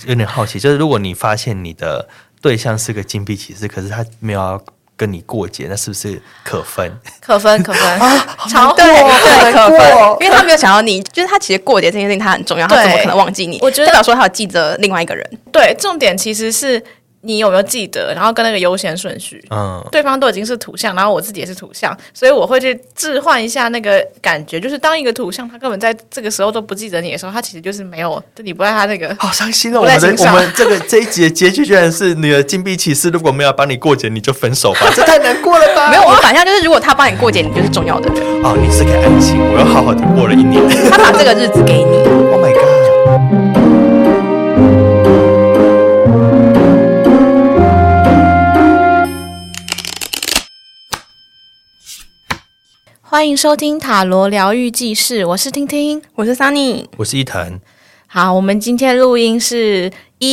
有点好奇，就是如果你发现你的对象是个金币骑士，可是他没有要跟你过节，那是不是可分？ 可分超对可分，因为他没有想到你，就是他其实过节这件事情他很重要，他怎么可能忘记你？ 我觉得代表说他有记着另外一个人。 对，重点其实是你有没有记得，然后跟那个优先顺序。对方都已经是土象，然后我自己也是土象，所以我会去置换一下那个感觉，就是当一个土象他根本在这个时候都不记得你的时候，他其实就是没有，你不在他那个。 好伤心哦！我们这一集的结局居然是你的金币骑士如果没有帮你过节，你就分手吧，这太难过了吧？ 没有，我反向就是如果他帮你过节，你就是重要的人。 哦，你是个爱情，我要好好的过了一年。 他把这个日子给你。 Oh my god！ 欢迎收听塔罗疗愈记事，我是听听， 我是 Sunny， 我是一腾。 好，我们今天录音是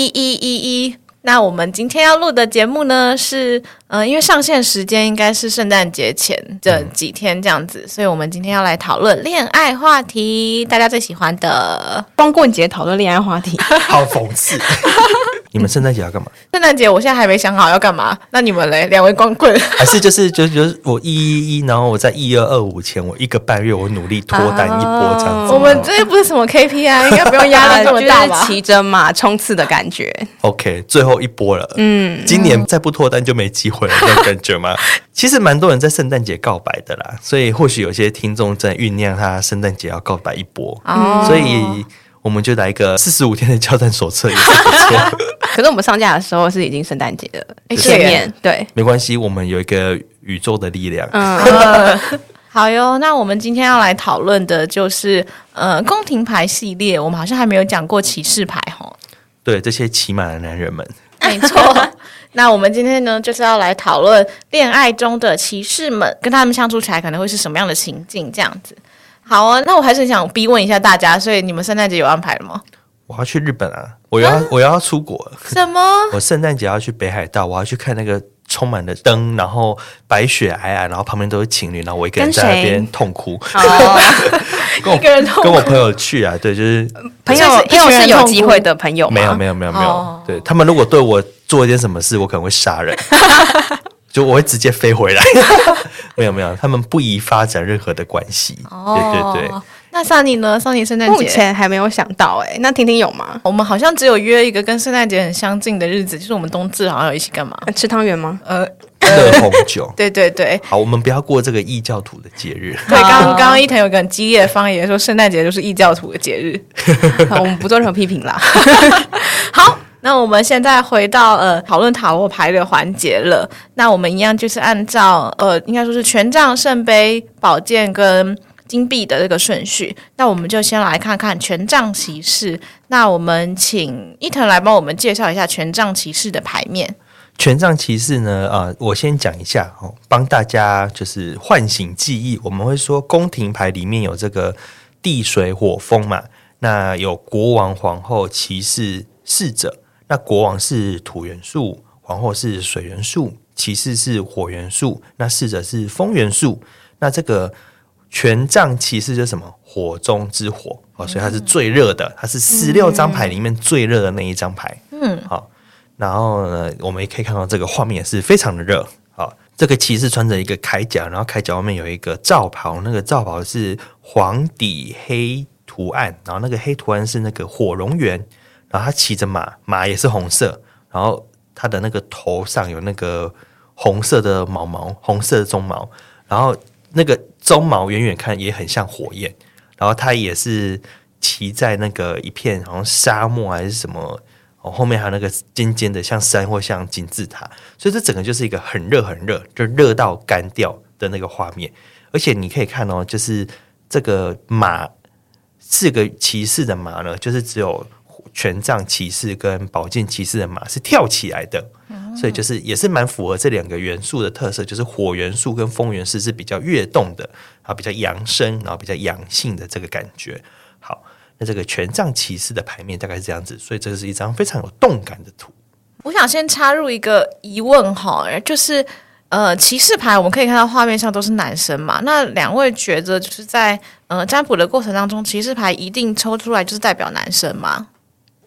1111。那我们今天要录的节目呢是因为上线时间应该是圣诞节前的几天这样子，所以我们今天要来讨论恋爱话题，大家最喜欢的光棍节讨论恋爱话题， 好讽刺。你们圣诞节要干嘛？ 圣诞节我现在还没想好要干嘛，那你们嘞？两位光棍还是就是我111，然后我在1225前我1个半月我努力脱单一波这样子。 我们这又不是什么 KPI， 应该不用压力这么大吧？ 就是骑着马冲刺的感觉。 OK， 最后一波了。今年再不脱单就没机会了，那种感觉吗？其实蛮多人在圣诞节告白的啦，所以或许有些听众在酝酿他圣诞节要告白一波，所以我们就来一个45天的交战手册也是不错。 可是我们上架的时候是已经圣诞节的前面，对， 没关系，我们有一个宇宙的力量。 好哟，那我们今天要来讨论的就是宫廷牌系列，我们好像还没有讲过骑士牌齁。 对，这些骑马的男人们。 没错。那我们今天呢，就是要来讨论恋爱中的骑士们跟他们相处起来可能会是什么样的情境，这样子。好啊，那我还是想逼问一下大家，所以你们圣诞节有安排了吗？ 我要去日本啊！我要出国了。 什么？ 我圣诞节要去北海道，我要去看那个充满了灯，然后白雪皑皑，然后旁边都是情侣，然后我一个人在那边痛哭。 一个人痛哭。 跟我朋友去啊，对，就是朋友是有机会的朋友吗？ 没有。对，他们如果对我做一件什么事，我可能会杀人。就我会直接飞回来。没有，他们不宜发展任何的关系。对。 那Sunny呢？Sunny圣诞节目前还没有想到那听听有吗？ 我们好像只有约一个跟圣诞节很相近的日子，就是我们冬至好像有一起干嘛？ 吃汤圆吗？ 热红酒。 对。 好，我们不要过这个异教徒的节日。 对，刚刚伊藤有个很激烈的发言说圣诞节就是异教徒的节日。 我们不做任何批评啦。 好。那我们现在回到讨论塔罗牌的环节了。那我们一样就是按照应该说是权杖、圣杯、宝剑跟金币的这个顺序。那我们就先来看看权杖骑士。那我们请伊藤来帮我们介绍一下权杖骑士的牌面。 权杖骑士呢，我先讲一下帮大家就是唤醒记忆。我们会说宫廷牌里面有这个地水火风嘛，那有国王、皇后、骑士、侍者。那国王是土元素，皇后是水元素，骑士是火元素，那侍者是风元素。那这个权杖骑士就是什么？火中之火所以它是最热的，它是16张牌里面最热的那一张牌。好，然后呢，我们也可以看到这个画面也是非常的热。好，这个骑士穿着一个铠甲，然后铠甲外面有一个罩袍，那个罩袍是黄底黑图案，然后那个黑图案是那个火龙源。然后他骑着马，马也是红色，然后他的那个头上有那个红色的毛毛，红色的鬃毛，然后那个鬃毛远远看也很像火焰，然后他也是骑在那个一片好像沙漠还是什么，后面还有那个尖尖的像山或像金字塔，所以这整个就是一个很热很热，就热到干掉的那个画面。而且你可以看就是这个马4个骑士的马呢，就是只有权杖骑士跟宝剑骑士的马是跳起来的，所以就是也是蛮符合这2个元素的特色，就是火元素跟风元素是比较跃动的，然后比较阳生，然后比较阳性的这个感觉。好，那这个权杖骑士的牌面大概是这样子，所以这是一张非常有动感的图。 我想先插入一个疑问就是骑士牌我们可以看到画面上都是男生嘛，那两位觉得就是在占卜的过程当中，骑士牌一定抽出来就是代表男生吗？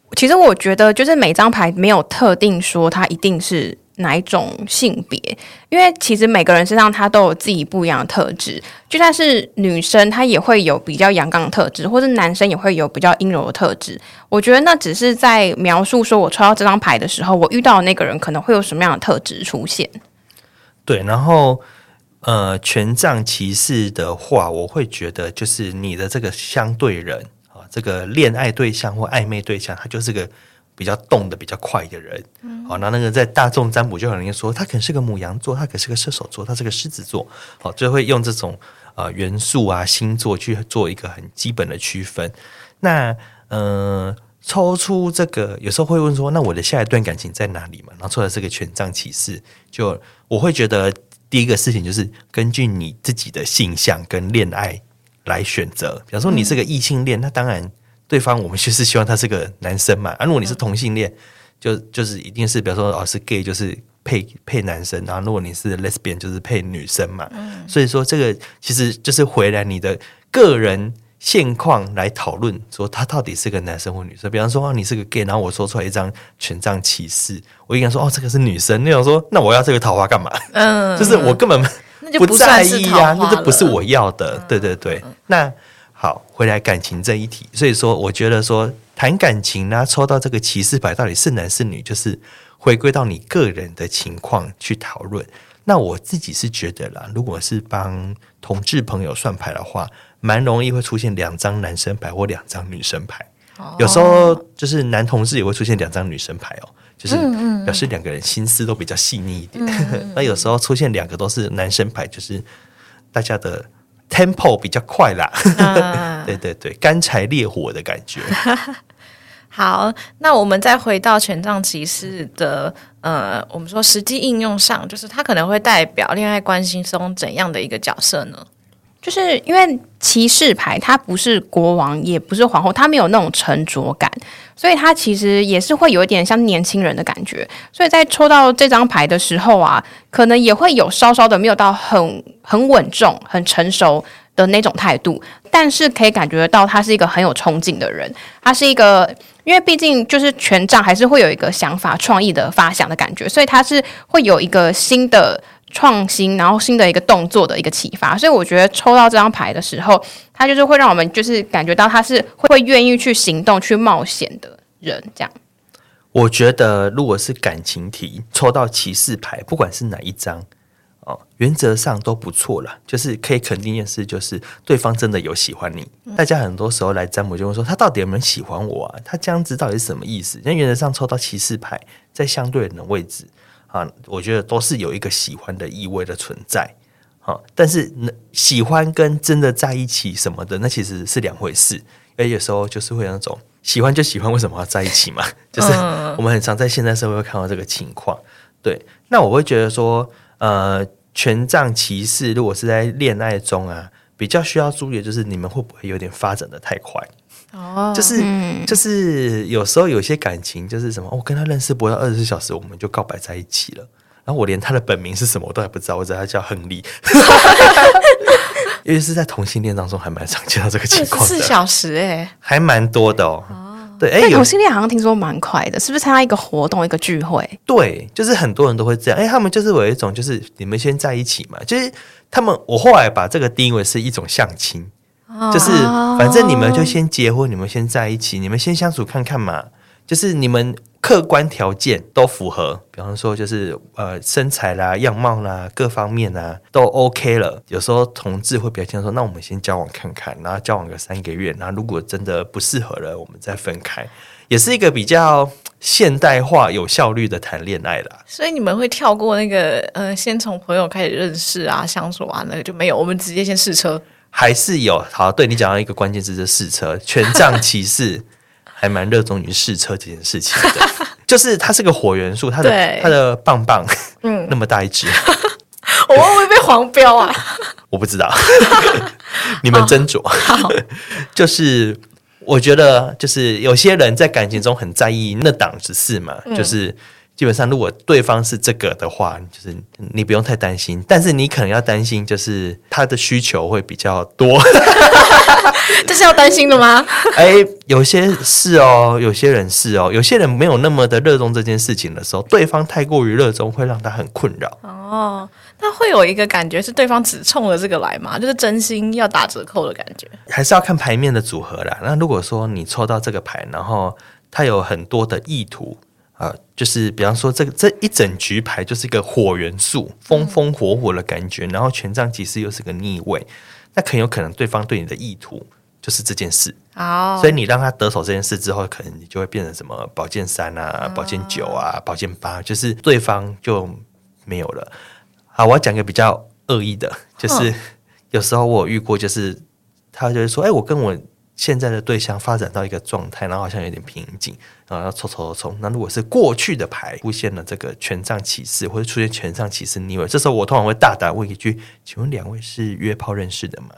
其实我觉得就是每张牌没有特定说它一定是哪一种性别，因为其实每个人身上他都有自己不一样的特质，就算是女生她也会有比较阳刚的特质，或是男生也会有比较阴柔的特质。我觉得那只是在描述说我抽到这张牌的时候，我遇到的那个人可能会有什么样的特质出现。 对，然后权杖骑士的话，我会觉得就是你的这个相对人啊，这个恋爱对象或暧昧对象，他就是个比较动的比较快的人。好，那个在大众占卜就有人说他可能是个牡羊座，他可能是个射手座，他是个狮子座，好，就会用这种元素啊星座去做一个很基本的区分。那抽出这个有时候会问说，那我的下一段感情在哪里嘛？然后抽的这个权杖骑士，就我会觉得第一个事情就是根据你自己的性向跟恋爱来选择。比方说你是个异性恋，那当然对方我们就是希望他是个男生嘛。如果你是同性恋，就是一定是比方说是 gay 就是配男生，然后如果你是 lesbian 就是配女生嘛。所以说这个其实就是回来你的个人现况来讨论说他到底是个男生或女生。比方说你是个 gay， 然后我说出来一张权杖骑士，我应该说这个是女生，那种说那我要这个桃花干嘛？就是我根本不在意啊，那就不是我要的。对对对，那好，回来感情这一题，所以说我觉得说谈感情呢，抽到这个骑士牌到底是男是女，就是回归到你个人的情况去讨论。那我自己是觉得啦，如果是帮同志朋友算牌的话，蛮容易会出现2张男生牌或2张女生牌。有时候就是男同志也会出现2张女生牌哦，就是表示2个人心思都比较细腻一点。那有时候出现2个都是男生牌，就是大家的 tempo 比较快啦。对对对，干柴烈火的感觉。 好，那我们再回到权杖骑士的我们说实际应用上，就是它可能会代表恋爱关系中怎样的一个角色呢？ 就是因为骑士牌它不是国王也不是皇后，它没有那种沉着感，所以它其实也是会有一点像年轻人的感觉。所以在抽到这张牌的时候啊，可能也会有稍稍的没有到很稳重很成熟的那种态度，但是可以感觉到他是一个很有冲劲的人。他是一个，因为毕竟就是权杖还是会有一个想法创意的发想的感觉，所以他是会有一个新的创新，然后新的一个动作的一个启发。所以我觉得抽到这张牌的时候，他就是会让我们就是感觉到他是会愿意去行动去冒险的人。这样我觉得如果是感情题抽到骑士牌，不管是哪一张原则上都不错啦，就是可以肯定的是，就是对方真的有喜欢你。大家很多时候来占卜就会说，他到底有没有喜欢我啊？他这样子到底是什么意思？那原则上抽到骑士牌，在相对人的位置我觉得都是有一个喜欢的意味的存在。但是喜欢跟真的在一起什么的，那其实是2回事。因为有时候就是会有那种喜欢就喜欢，为什么要在一起嘛？就是我们很常在现代社会会看到这个情况。对，那我会觉得说，权杖骑士如果是在恋爱中啊，比较需要注意的就是你们会不会有点发展的太快。就是有时候有些感情就是什么，我跟他认识不到24小时，我们就告白在一起了。然后我连他的本名是什么我都还不知道，我知道他叫亨利。因为是在同性恋当中还蛮常见到这个情况的 ，24小时还蛮多的哦。对， 但同性恋好像听说蛮快的，是不是参加一个活动一个聚会？ 对，就是很多人都会这样。他们就是有一种就是你们先在一起嘛，就是他们我后来把这个定义为是一种相亲。就是反正你们就先结婚，你们先在一起，你们先相处看看嘛。就是你们客观条件都符合，比方说就是身材啦、样貌啦、各方面啦都 OK 了。有时候同志会比较倾向说，那我们先交往看看，然后交往个3个月，然后如果真的不适合了，我们再分开，也是一个比较现代化、有效率的谈恋爱啦。 所以你们会跳过那个先从朋友开始认识啊、相处啊，那个就没有，我们直接先试车。 还是有。好，对，你讲到一个关键字是试车，权杖骑士还蛮热衷于试车这件事情的。就是它是个火元素，它的棒棒那么大一只。 我会不会被黄标啊？ 我不知道。你们斟酌。就是我觉得就是有些人在感情中很在意那档子事嘛，就是基本上如果对方是这个的话，就是你不用太担心，但是你可能要担心就是他的需求会比较多。 这是要担心的吗？ 有些是哦，有些人是哦，有些人没有那么的热衷这件事情的时候，对方太过于热衷会让他很困扰。 那会有一个感觉是对方只冲了这个来吗？就是真心要打折扣的感觉？ 还是要看牌面的组合啦。那如果说你抽到这个牌，然后它有很多的意图就是比方说这一整局牌就是一个火元素，风风火火的感觉，然后权杖骑士又是个逆位，那很有可能对方对你的意图就是这件事。所以你让他得手这件事之后，可能你就会变成什么宝剑3啊、宝剑9啊、宝剑8，就是对方就没有了。好，我要讲一个比较恶意的，就是有时候我有遇过，就是他就会说，我跟我现在的对象发展到一个状态，然后好像有点瓶颈，然后要抽。那如果是过去的牌出现了这个权杖骑士，或者出现权杖骑士逆位，这时候我通常会大胆问一句：请问2位是约炮认识的吗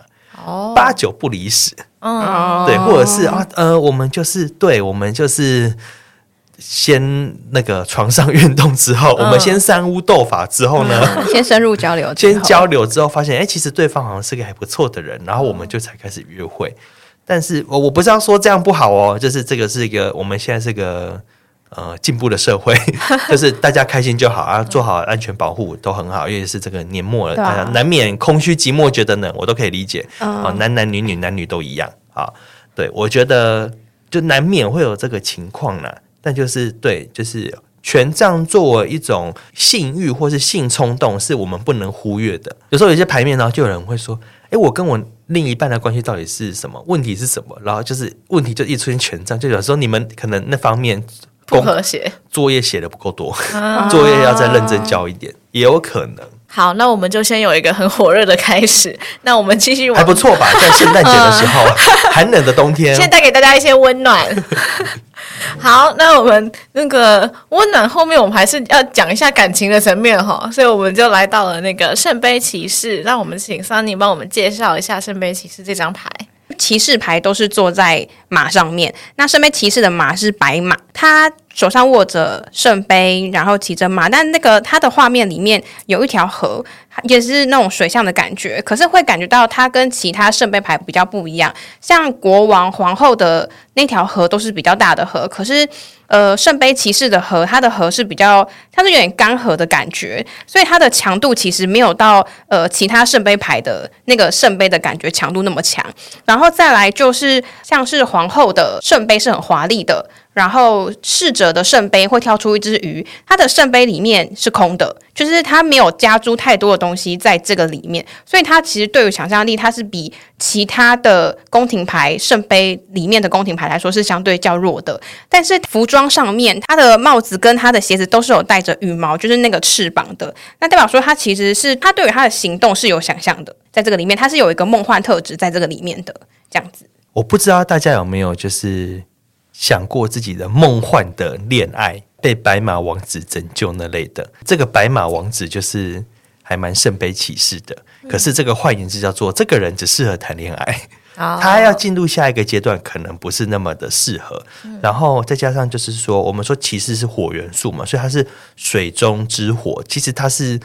？8、9不离10。对，或者是我们就是先那个床上运动之后，我们先三巫斗法之后呢， 先深入交流， 先交流之后发现，其实对方好像是个还不错的人，然后我们就才开始约会。但是我不是要说这样不好哦，就是这个是一个我们现在是个进步的社会，就是大家开心就好啊，做好安全保护都很好，尤其是这个年末了，大家难免空虚寂寞觉得冷，我都可以理解。男女男女都一样啊。对，我觉得就难免会有这个情况啦，但就是对，就是权杖作为一种性欲或是性冲动，是我们不能忽略的。有时候有些牌面呢，就有人会说，我跟我另一半的关系到底是什么？问题是什么？然后就是问题就一出现权杖，就有时候你们可能那方面不和谐， 作业写的不够多，作业要再认真交一点，也有可能。 好，那我们就先有一个很火热的开始，那我们继续还不错吧？在圣诞节的时候，寒冷的冬天， 先带给大家一些温暖。好，那我们那个温暖后面，我们还是要讲一下感情的层面哈，所以我们就来到了那个圣杯骑士，让我们请 Sunny 帮我们介绍一下圣杯骑士这张牌。 骑士牌都是坐在马上面，那圣杯骑士的马是白马，他手上握着圣杯，然后骑着马，但那个他的画面里面有一条河，也是那种水象的感觉，可是会感觉到它跟其他圣杯牌比较不一样，像国王皇后的那条河都是比较大的河，可是圣杯骑士的河，它的河是比较，它是有点干涸的感觉，所以它的强度其实没有到其他圣杯牌的那个圣杯的感觉强度那么强。然后再来就是像是皇后的圣杯是很华丽的，然后逝者的圣杯会跳出一只鱼，它的圣杯里面是空的，就是它没有加诸太多的东西在这个里面，所以它其实对于想象力，它是比其他的宫廷牌圣杯里面的宫廷牌来说是相对较弱的。但是服装上面，它的帽子跟它的鞋子都是有带着羽毛，就是那个翅膀的，那代表说它其实是它对于它的行动是有想象的，在这个里面它是有一个梦幻特质在这个里面的，这样子。 我不知道大家有没有就是想过自己的梦幻的恋爱被白马王子拯救那类的，这个白马王子就是还蛮圣杯骑士的，可是这个换言之叫做这个人只适合谈恋爱，他要进入下一个阶段可能不是那么的适合，然后再加上就是说我们说骑士是火元素嘛，所以他是水中之火，其实他是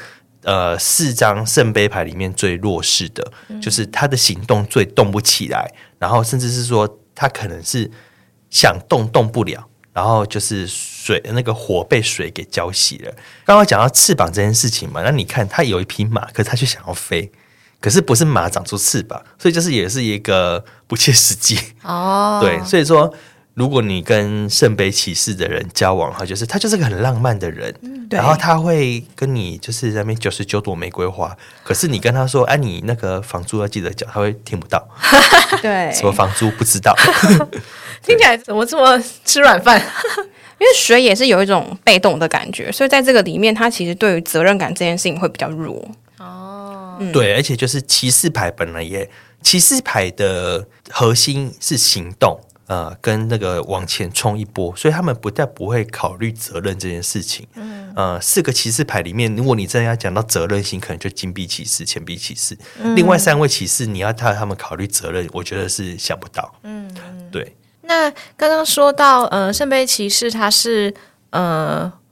4张圣杯牌里面最弱势的，就是他的行动最动不起来，然后甚至是说他可能是想动不了，然后就是水那个火被水给浇熄了。刚刚讲到翅膀这件事情嘛，那你看他有一匹马，可是他却想要飞，可是不是马长出翅膀，所以就是也是一个不切实际对，所以说如果你跟圣杯骑士的人交往，他就是个很浪漫的人，然后他会跟你就是在那边99朵玫瑰花，可是你跟他说你那个房租要记得缴，他会听不到对， 什么房租不知道听起来怎么这么吃软饭因为水也是有一种被动的感觉，所以在这个里面他其实对于责任感这件事情会比较弱对，而且就是骑士牌本来骑士牌的核心是行动跟那个往前冲一波，所以他们不会考虑责任这件事情。4个骑士牌里面，如果你真的要讲到责任心，可能就金币骑士、钱币骑士。另外3位骑士，你要他们考虑责任，我觉得是想不到。对。 那刚刚说到圣杯骑士，它是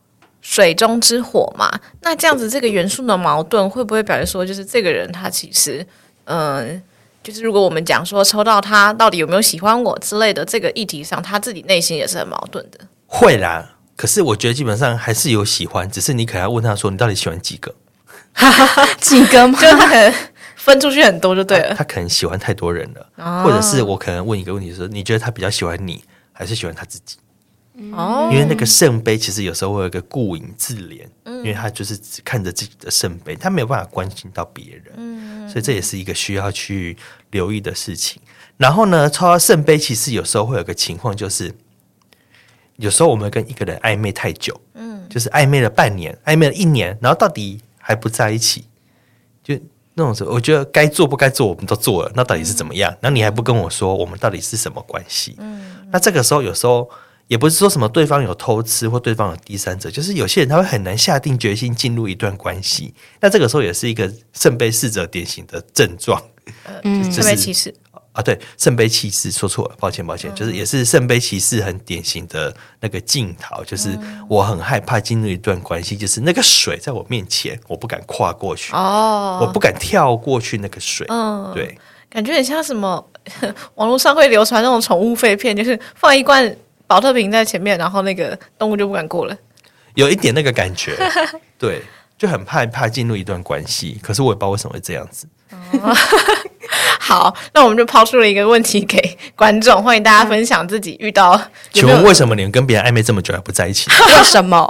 水中之火嘛，那这样子这个元素的矛盾会不会表示说，就是这个人他其实就是如果我们讲说抽到他到底有没有喜欢我之类的这个议题上，他自己内心也是很矛盾的。 会啦，可是我觉得基本上还是有喜欢，只是你可能要问他说你到底喜欢几个？ 几个吗？ 就是他可能分出去很多就对了。 他可能喜欢太多人了，或者是我可能问一个问题说，你觉得他比较喜欢你，还是喜欢他自己？因为那个圣杯其实有时候会有一个顾影自怜，因为他就是只看着自己的圣杯，他没有办法关心到别人，所以这也是一个需要去留意的事情。然后呢，抽到圣杯其实有时候会有个情况，就是有时候我们跟一个人暧昧太久，就是暧昧了半年，暧昧了1年，然后到底还不在一起，就那种时候，我觉得该做不该做我们都做了，那到底是怎么样？那你还不跟我说我们到底是什么关系？那这个时候有时候也不是说什么对方有偷吃或对方有第三者，就是有些人他会很难下定决心进入一段关系。那这个时候也是一个圣杯侍者典型的症状， 圣杯骑士啊，对，圣杯骑士说错了，抱歉，就是也是圣杯骑士很典型的那个镜头，就是我很害怕进入一段关系，就是那个水在我面前，我不敢跨过去，我不敢跳过去那个水，对， 感觉很像什么网络上会流传那种宠物废片，就是放一罐保特瓶在前面，然后那个动物就不敢过了， 有一点那个感觉，对，就很害怕进入一段关系，可是我也不知道为什么会这样子。 好，那我们就抛出了一个问题给观众，欢迎大家分享自己遇到。 请问为什么你们跟别人暧昧这么久还不在一起？ 为什么？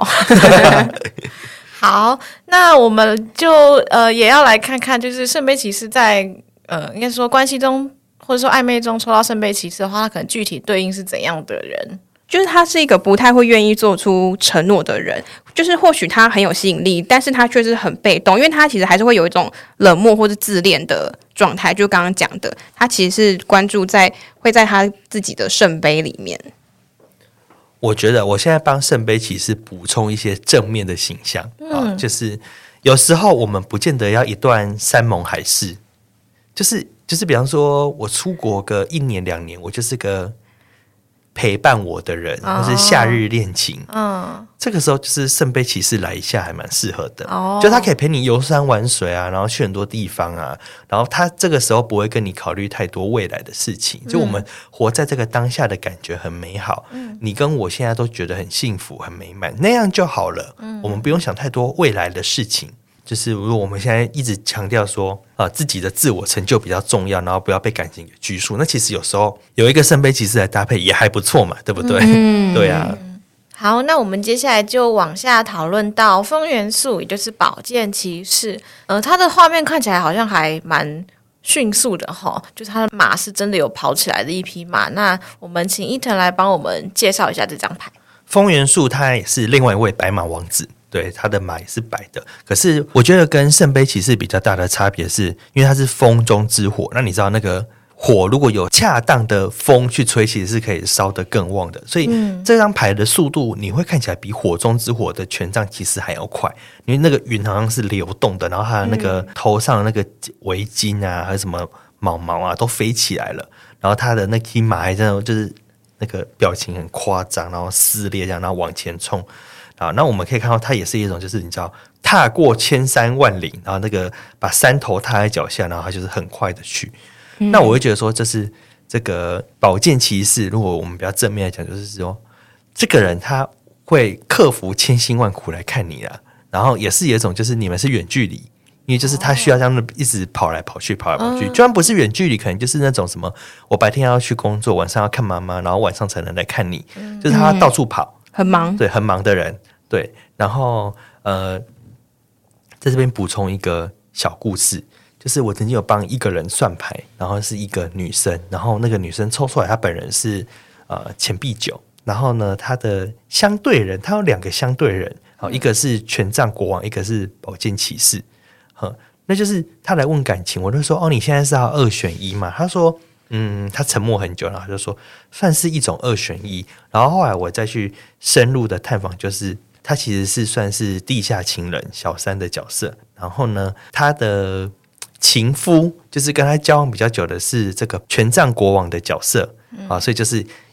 好，那我们就也要来看看，就是圣杯骑士在应该说关系中或者说暧昧中抽到圣杯骑士的话，他可能具体对应是怎样的人？ 就是他是一个不太会愿意做出承诺的人，就是或许他很有吸引力，但是他却是很被动，因为他其实还是会有一种冷漠或是自恋的状态。就刚刚讲的，他其实是关注会在他自己的圣杯里面。 我觉得我现在帮圣杯骑士补充一些正面的形象就是有时候我们不见得要一段山盟海誓，就是比方说我出国个1年2年，我就是个陪伴我的人，或是夏日恋情，这个时候就是圣杯骑士来一下还蛮适合的，就他可以陪你游山玩水啊，然后去很多地方啊，然后他这个时候不会跟你考虑太多未来的事情，就我们活在这个当下的感觉很美好，你跟我现在都觉得很幸福很美满，那样就好了，我们不用想太多未来的事情。就是如果我们现在一直强调说自己的自我成就比较重要，然后不要被感情给拘束，那其实有时候有一个圣杯骑士来搭配也还不错嘛，对不对？对啊。 好，那我们接下来就往下讨论到风元素，也就是宝剑骑士。它的画面看起来好像还蛮迅速的哈，就是它的马是真的有跑起来的一匹马。那我们请伊藤来帮我们介绍一下这张牌。 风元素他也是另外一位白马王子，对，他的马也是白的。可是我觉得跟圣杯骑士比较大的差别是，因为它是风中之火，那你知道那个火如果有恰当的风去吹，其实是可以烧得更旺的。所以这张牌的速度你会看起来比火中之火的权杖骑士还要快，因为那个云好像是流动的，然后它的那个头上的那个围巾啊，还有什么毛毛啊都飞起来了，然后它的那匹马还真的就是那个表情很夸张，然后撕裂这样，然后往前冲啊。那我们可以看到，它也是一种就是你知道踏过千山万岭，然后那个把山头踏在脚下，然后它就是很快的去。那我会觉得说，这是这个宝剑骑士，如果我们比较正面来讲，就是说这个人他会克服千辛万苦来看你啦，然后也是有一种就是你们是远距离。因为就是他需要这样一直跑来跑去，就算不是远距离，可能就是那种什么，我白天要去工作，晚上要看妈妈，然后晚上才能来看你，就是他到处跑， 很忙， 对，很忙的人，对。然后在这边补充一个小故事，就是我曾经有帮一个人算牌，然后是一个女生，然后那个女生抽出来，她本人是钱币9，然后呢，她的相对人，她有2个相对人，一个是权杖国王，一个是宝剑骑士。那就是他来问感情，我就说你现在是要2选1嘛？他说他沉默很久，然后他就说算是一种2选1。然后后来我再去深入的探访，就是他其实是算是地下情人小三的角色。然后呢，他的情夫就是跟他交往比较久的是这个权杖国王的角色所以就是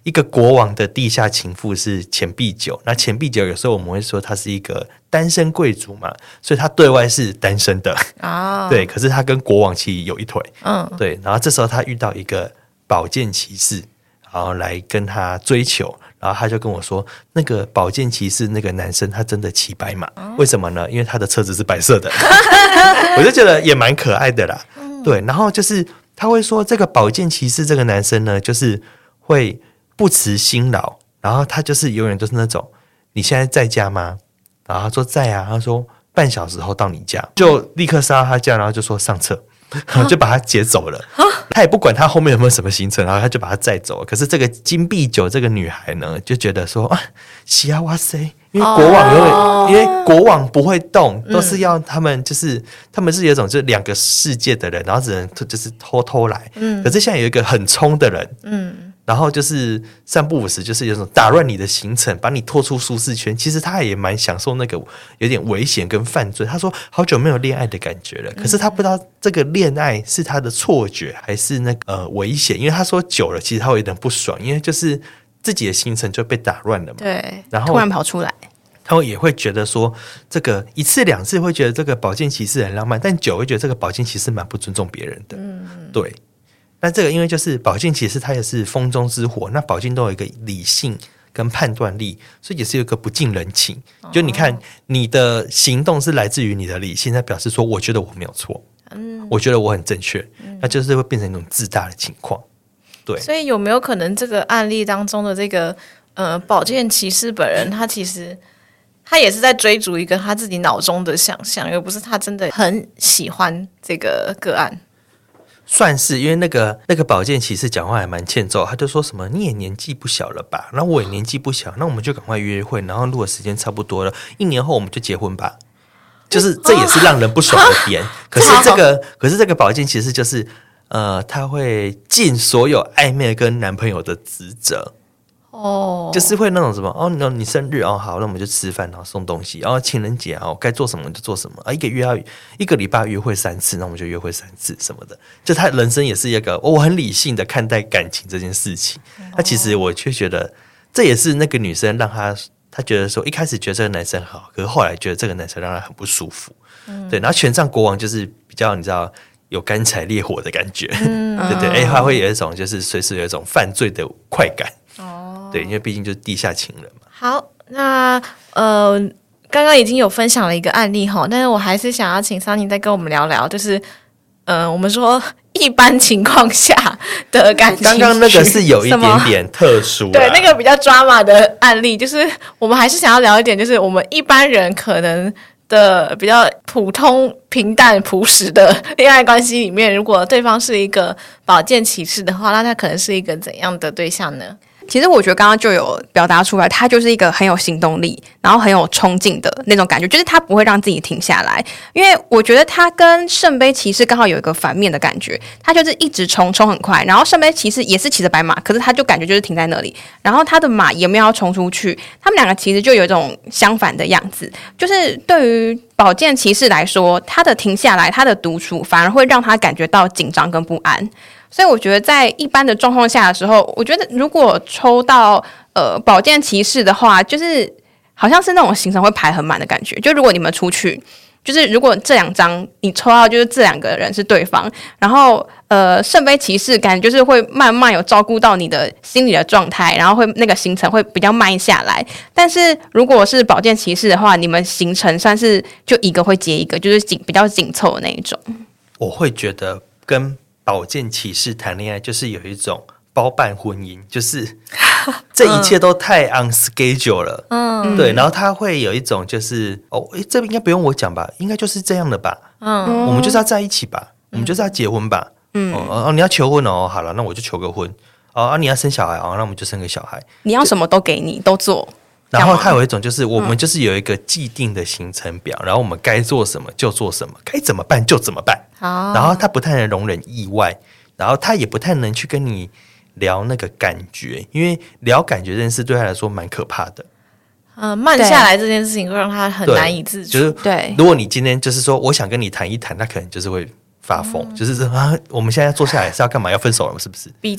一个国王的地下情妇是钱币九，那钱币九有时候我们会说他是一个单身贵族嘛，所以他对外是单身的对，可是他跟国王其实有一腿，对，然后这时候他遇到一个宝剑骑士，然后来跟他追求，然后他就跟我说，那个宝剑骑士那个男生他真的骑白马，为什么呢？因为他的车子是白色的我就觉得也蛮可爱的啦，对，然后就是他会说这个宝剑骑士这个男生呢，就是会不辞辛劳，然后他就是永远都是那种，你现在在家吗？然后他说在啊，他说半小时后到你家，就立刻杀到他家，然后就说上车，然后就把他接走了。他也不管他后面有没有什么行程，然后他就把他载走了。可是这个金币九这个女孩呢，就觉得说啊，西啊哇塞，因为国王因为国王不会动，都是要他们就是他们是有一种就是两个世界的人，然后只能就是偷偷来。可是现在有一个很冲的人，然后就是三不五时，就是有种打乱你的行程，把你拖出舒适圈。其实他也蛮享受那个有点危险跟犯罪。他说好久没有恋爱的感觉了，可是他不知道这个恋爱是他的错觉还是那个危险。因为他说久了，其实他会有点不爽，因为就是自己的行程就被打乱了嘛。 对， 然后突然跑出来。 他也会觉得说，这个一次两次会觉得这个宝剑骑士很浪漫，但久会觉得这个宝剑骑士蛮不尊重别人的。对。那这个因为就是宝剑骑士他也是风中之火，那宝剑都有一个理性跟判断力，所以也是有一个不近人情。就你看你的行动是来自于你的理性，那表示说我觉得我没有错，我觉得我很正确，那就是会变成一种自大的情况。对， 所以有没有可能这个案例当中的这个宝剑骑士本人，他其实他也是在追逐一个他自己脑中的想象，而不是他真的很喜欢这个个案。 算是，因为那个宝剑骑士讲话还蛮欠揍，他就说什么你也年纪不小了吧，然后我也年纪不小，那我们就赶快约会，然后如果时间差不多了，1年后我们就结婚吧。就是这也是让人不爽的点。可是这个宝剑骑士就是他会尽所有暧昧跟男朋友的职责。就是会那种什么你生日好，那我们就吃饭，然后送东西，然后情人节该做什么就做什么一个礼拜约会3次，那我们就约会3次什么的。就他人生也是一个我很理性的看待感情这件事情。那其实我却觉得这也是那个女生让他觉得说一开始觉得这个男生好，可是后来觉得这个男生让他很不舒服。对，然后权杖国王就是比较你知道有干柴烈火的感觉。对对，他会有一种就是随时有一种犯罪的快感。对，因为毕竟就是地下情人嘛。 好，那刚刚已经有分享了一个案例哈，但是我还是想要请Sunny再跟我们聊聊，就是我们说一般情况下的感情。 刚刚那个是有一点点特殊， 对，那个比较drama的案例，就是我们还是想要聊一点，就是我们一般人可能的比较普通、平淡、朴实的恋爱关系里面，如果对方是一个宝剑骑士的话，那他可能是一个怎样的对象呢？ 其实我觉得刚刚就有表达出来，他就是一个很有行动力，然后很有冲劲的那种感觉，就是他不会让自己停下来。因为我觉得他跟圣杯骑士刚好有一个反面的感觉，他就是一直冲很快，然后圣杯骑士也是骑着白马，可是他就感觉就是停在那里，然后他的马也没有要冲出去，他们两个其实就有一种相反的样子。就是对于宝剑骑士来说，他的停下来，他的独处反而会让他感觉到紧张跟不安。所以我觉得在一般的状况下的时候，我觉得如果抽到宝剑骑士的话，就是好像是那种行程会排很满的感觉。就如果你们出去，就是如果这2张你抽到就是这2个人是对方，然后圣杯骑士感觉就是会慢慢有照顾到你的心理的状态，然后会那个行程会比较慢下来。但是如果是宝剑骑士的话，你们行程算是就一个会接一个，就是比较紧凑的那一种。 我会觉得跟宝剑骑士谈恋爱就是有一种包办婚姻，就是这一切都太 on schedule 了。对，然后他会有一种就是这应该不用我讲吧，应该就是这样的吧。我们就是要在一起吧，我们就是要结婚吧。你要求婚好了，那我就求个婚。你要生小孩那我们就生个小孩。 你要什么都给你，都做。 然后他有一种就是我们就是有一个既定的行程表，然后我们该做什么就做什么，该怎么办就怎么办。然后他不太能容忍意外，然后他也不太能去跟你聊那个感觉，因为聊感觉这件事对他来说蛮可怕的。 慢下来这件事情会让他很难以自处。 就是对，如果你今天就是说我想跟你谈一谈，他可能就是会发疯，就是我们现在坐下来是要干嘛？要分手了是不是？ 比较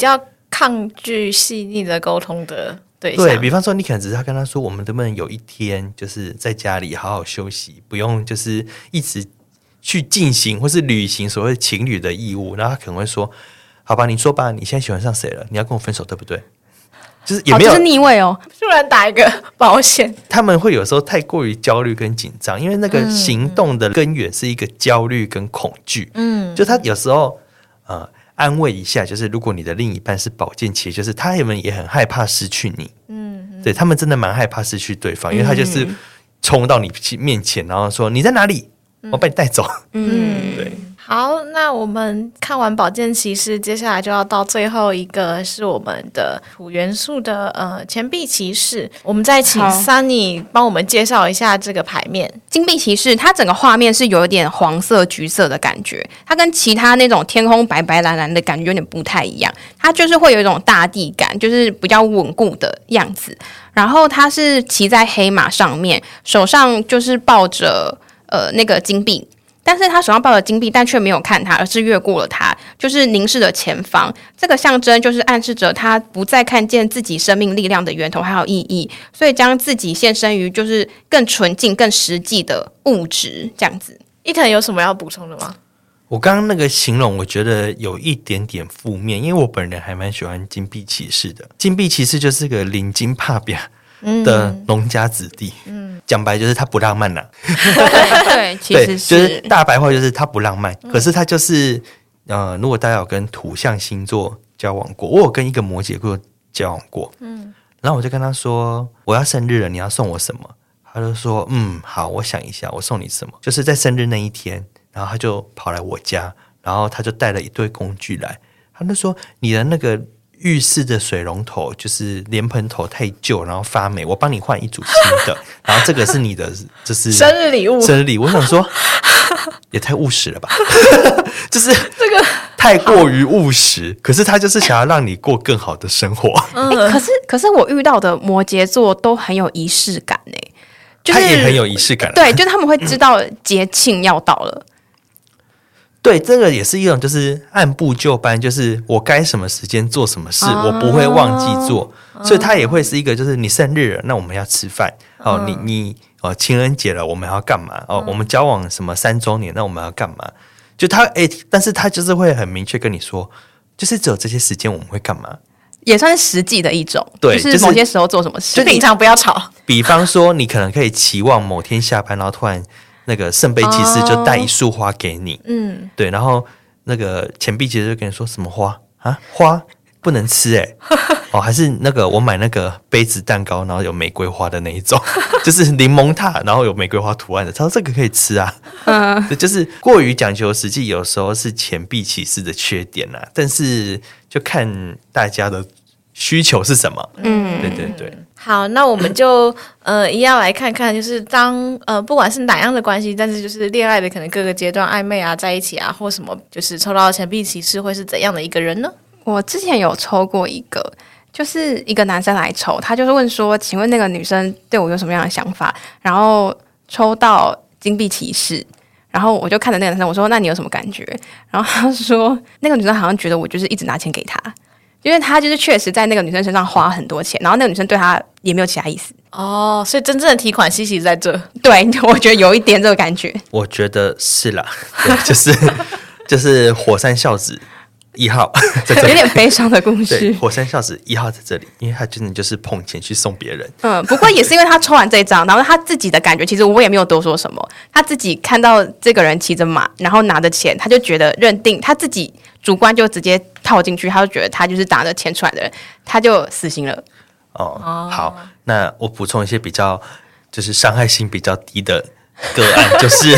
抗拒细腻的沟通的对象。 对，比方说，你可能只是要跟他说，我们能不能有一天就是在家里好好休息，不用就是一直去进行或是履行所谓情侣的义务。然后他可能会说：“好吧，你说吧，你现在喜欢上谁了？你要跟我分手，对不对？”就是也没有， 就是逆位哦。 突然打一个保险， 他们会有时候太过于焦虑跟紧张，因为那个行动的根源是一个焦虑跟恐惧。就他有时候安慰一下，就是如果你的另一半是保健期，就是他们也很害怕失去你。对，他们真的蛮害怕失去对方，因为他就是冲到你面前，然后说你在哪里，我把你带走。对。 好，那我们看完宝剑骑士，接下来就要到最后一个是我们的土元素的钱币骑士。我们再请 Sunny 帮我们介绍一下这个牌面。 金币骑士它整个画面是有一点黄色橘色的感觉，它跟其他那种天空白白蓝蓝的感觉有点不太一样，它就是会有一种大地感，就是比较稳固的样子。然后它是骑在黑马上面，手上就是抱着那个金币，但是他手上抱着金币，但却没有看他，而是越过了他，就是凝视着前方。这个象征就是暗示着他不再看见自己生命力量的源头还有意义，所以将自己献身于就是更纯净、更实际的物质这样子。 伊藤有什么要补充的吗？ 我刚刚那个形容，我觉得有一点点负面，因为我本人还蛮喜欢金币骑士的。金币骑士就是个领金怕表的农家子弟，讲白就是他不浪漫啦。 对，其实就是大白话就是他不浪漫，可是他就是如果大家有跟土象星座交往过，我有跟一个摩羯座交往过，然后我就跟他说我要生日了，你要送我什么？他就说好，我想一下，我送你什么？就是在生日那一天，然后他就跑来我家，然后他就带了一堆工具来，他就说你的那个浴室的水龙头就是莲蓬头太旧，然后发霉，我帮你换一组新的。然后这个是你的，就是生日礼物。 生日礼物，我想说也太务实了吧，就是这个太过于务实。可是他就是想要让你过更好的生活。 可是我遇到的摩羯座都很有仪式感呢，就是他也很有仪式感。 对，就是他们会知道节庆要到了。 对，这个也是一种就是按部就班，就是我该什么时间做什么事，我不会忘记做，所以它也会是一个就是你生日了，那我们要吃饭哦，你情人节了，我们要干嘛哦？我们交往什么3周年，那我们要干嘛？就他但是他就是会很明确跟你说，就是只有这些时间我们会干嘛， 也算是实际的一种， 对， 就是某些时候做什么事， 就平常不要吵。 比方说，你可能可以期望某天下班，然后突然那个圣杯骑士就带一束花给你，对，然后那个钱币骑士就跟你说什么花啊，花不能吃还是那个我买那个杯子蛋糕，然后有玫瑰花的那一种，就是柠檬塔，然后有玫瑰花图案的，他说这个可以吃啊，对，就是过于讲求实际，有时候是钱币骑士的缺点啦，但是就看大家的需求是什么，对对对。 好，那我们就一样来看看，就是当不管是哪样的关系，但是就是恋爱的可能各个阶段暧昧啊，在一起啊，或什么，就是抽到钱币骑士会是怎样的一个人呢？ 我之前有抽过一个，就是一个男生来抽，他就是问说，请问那个女生对我有什么样的想法？然后抽到金币骑士，然后我就看着那个男生，我说那你有什么感觉？然后他说那个女生好像觉得我就是一直拿钱给他。因为他就是确实在那个女生身上花很多钱，然后那个女生对他也没有其他意思哦，所以真正的提款其实在这。 对，我觉得有一点这个感觉。 我觉得是啦，对，就是火山孝子1号在这里， 有点悲伤的故事。 对，火山孝子1号在这里，因为他真的就是碰钱去送别人。 不过也是因为他抽完这一张，然后他自己的感觉，其实我也没有多说什么。他自己看到这个人骑着马，然后拿着钱，他就觉得认定他自己主观就直接套进去，他就觉得他就是拿着钱出来的人，他就死心了。 好，那我补充一些比较就是伤害性比较低的个案，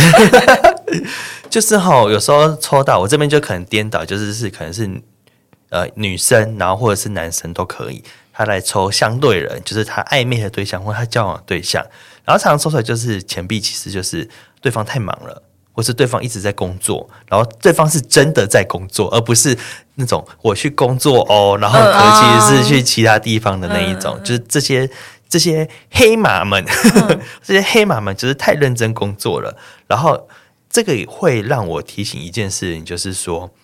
就是有时候抽到我这边就可能颠倒，就是可能是女生，然后或者是男生都可以，他来抽相对人，就是他暧昧的对象或他交往的对象，然后常常抽出来就是钱币，其实就是对方太忙了。或是对方一直在工作，然后对方是真的在工作，而不是那种我去工作然后其实是去其他地方的那一种，就是这些黑马们，这些黑马们就是太认真工作了。然后这个会让我提醒一件事情，就是说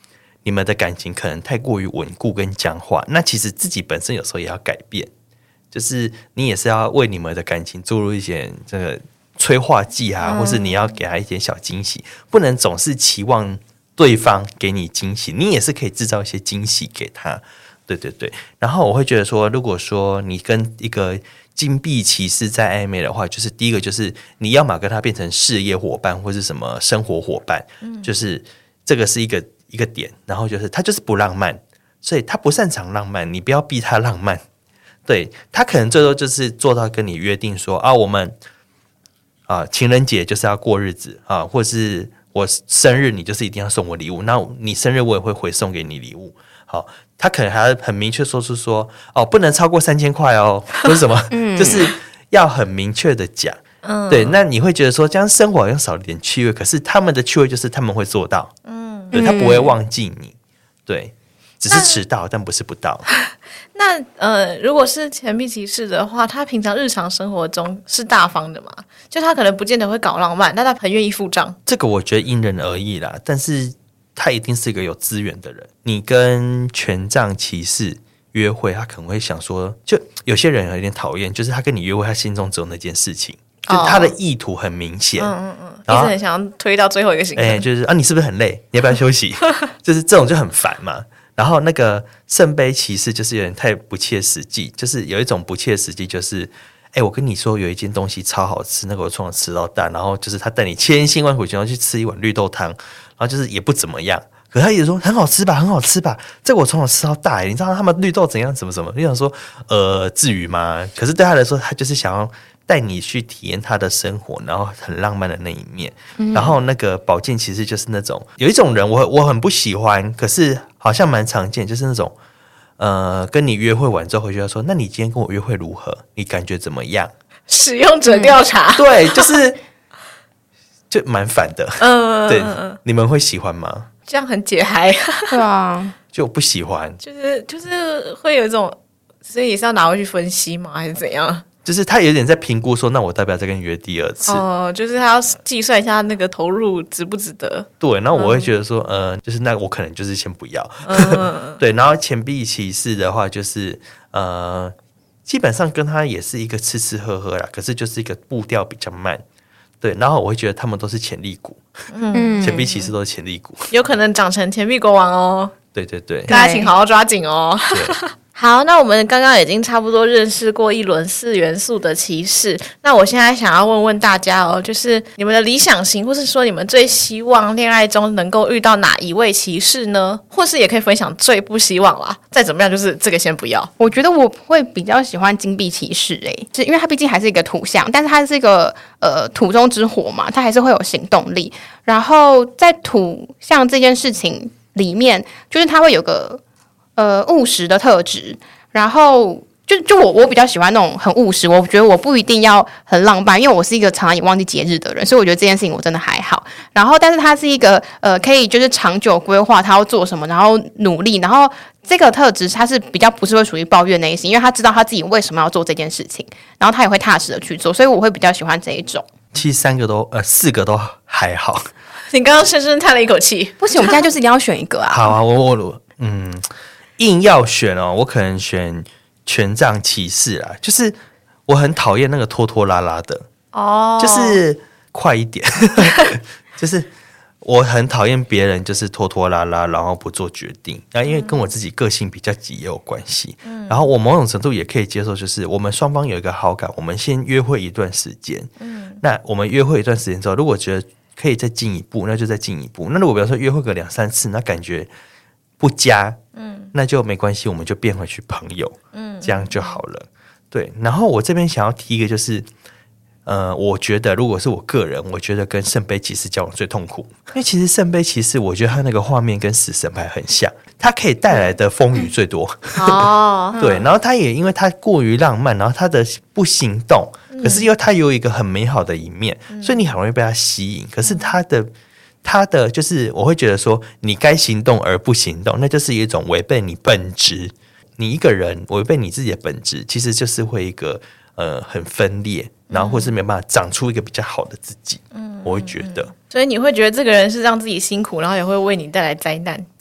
你们的感情可能太过于稳固跟僵化，那其实自己本身有时候也要改变，就是你也是要为你们的感情注入一些这个催化剂啊，或是你要给他一点小惊喜，不能总是期望对方给你惊喜，你也是可以制造一些惊喜给他。对对对，然后我会觉得说，如果说你跟一个金币骑士在暧昧的话，就是第一个就是你要么跟他变成事业伙伴或是什么生活伙伴，就是这个是一个点，然后就是他就是不浪漫，所以他不擅长浪漫，你不要逼他浪漫。对，他可能最多就是做到跟你约定说啊，我们情人节就是要过日子啊，或是我生日你就是一定要送我礼物，那你生日我也会回送给你礼物。好，他可能还要很明确说出说哦，不能超过3000块哦，或者什么，就是要很明确的讲。对，那你会觉得说这样生活好像少了点趣味，可是他们的趣味就是他们会做到，对，他不会忘记你，对，只是迟到，但不是不到。 那如果是钱币骑士的话，他平常日常生活中是大方的嘛？就他可能不见得会搞浪漫，但他很愿意付账。这个我觉得因人而异啦，但是他一定是一个有资源的人。你跟权杖骑士约会，他可能会想说，就有些人有点讨厌，就是他跟你约会，他心中只有那件事情，就他的意图很明显， 一直很想要推到最后一个行程， 就是你是不是很累？你要不要休息？就是这种就很烦嘛。然后那个圣杯骑士就是有点太不切实际，就是有一种不切实际，就是我跟你说有一件东西超好吃，那个我从小吃到大，然后就是他带你千辛万苦想要去吃一碗绿豆汤，然后就是也不怎么样，可是他也说很好吃吧，很好吃吧，这个我从小吃到大，你知道他们绿豆怎样怎么怎么，你想说至于吗？可是对他来说，他就是想要带你去体验他的生活，然后很浪漫的那一面。然后那个宝剑骑士就是那种有一种人我很不喜欢，可是好像蛮常见，就是那种跟你约会完之后回去说，那你今天跟我约会如何？你感觉怎么样？ 使用者调查， 对，就蛮烦的。对，你们会喜欢吗？ 这样很解嗨。 对啊， 就不喜欢， 就是会有一种，所以也是要拿回去分析吗？还是怎样？ 就是他有点在评估说，那我代表再跟你约第二次就是他要计算一下那个投入值不值得。 对，然后我会觉得说，就是那我可能就是先不要。对，然后钱币骑士的话，就是基本上跟他也是一个吃吃喝喝啦，可是就是一个步调比较慢。对，然后我会觉得他们都是潜力股，钱币骑士都是潜力股， 有可能长成钱币国王哦。 对对对， 大家请好好抓紧哦。好，那我们刚刚已经差不多认识过一轮4元素的骑士，那我现在想要问问大家哦，就是你们的理想型，或是说你们最希望恋爱中能够遇到哪一位骑士呢？或是也可以分享最不希望啦，再怎么样就是这个先不要。 我觉得我会比较喜欢金币骑士是因为它毕竟还是一个土象，但是它是一个土中之火嘛，它还是会有行动力。然后在土象这件事情里面，就是它会有个务实的特质，然后就我比较喜欢那种很务实，我觉得我不一定要很浪漫，因为我是一个常常也忘记节日的人，所以我觉得这件事情我真的还好。然后，但是他是一个可以就是长久规划他要做什么，然后努力，然后这个特质他是比较不是会属于抱怨那一型，因为他知道他自己为什么要做这件事情，然后他也会踏实的去做，所以我会比较喜欢这一种。 其实4个都还好。 你刚刚深深叹了一口气， 不行，我们现在就是一定要选一个啊。 好啊，我硬要选我可能选权杖骑士啦，就是我很讨厌那个拖拖拉拉的就是快一点，就是我很讨厌别人就是拖拖拉拉，然后不做决定。然后因为跟我自己个性比较急也有关系，然后我某种程度也可以接受，就是我们双方有一个好感，我们先约会一段时间。那我们约会一段时间之后，如果觉得可以再进一步，那就再进一步。那如果比方说约会个2-3次，那感觉不佳，那就没关系，我们就变回去朋友，这样就好了。对，然后我这边想要提一个，就是我觉得如果是我个人，我觉得跟圣杯骑士交往最痛苦，因为其实圣杯骑士，我觉得他那个画面跟死神牌很像，他可以带来的风雨最多。对，然后他也因为他过于浪漫，然后他的不行动，可是因为他有一个很美好的一面，所以你很容易被他吸引。可是他的就是我会觉得说，你该行动而不行动，那就是一种违背你本质。你一个人违背你自己的本质，其实就是会一个很分裂，然后或是没办法长出一个比较好的自己。我会觉得， 所以你会觉得这个人是让自己辛苦，然后也会为你带来灾难。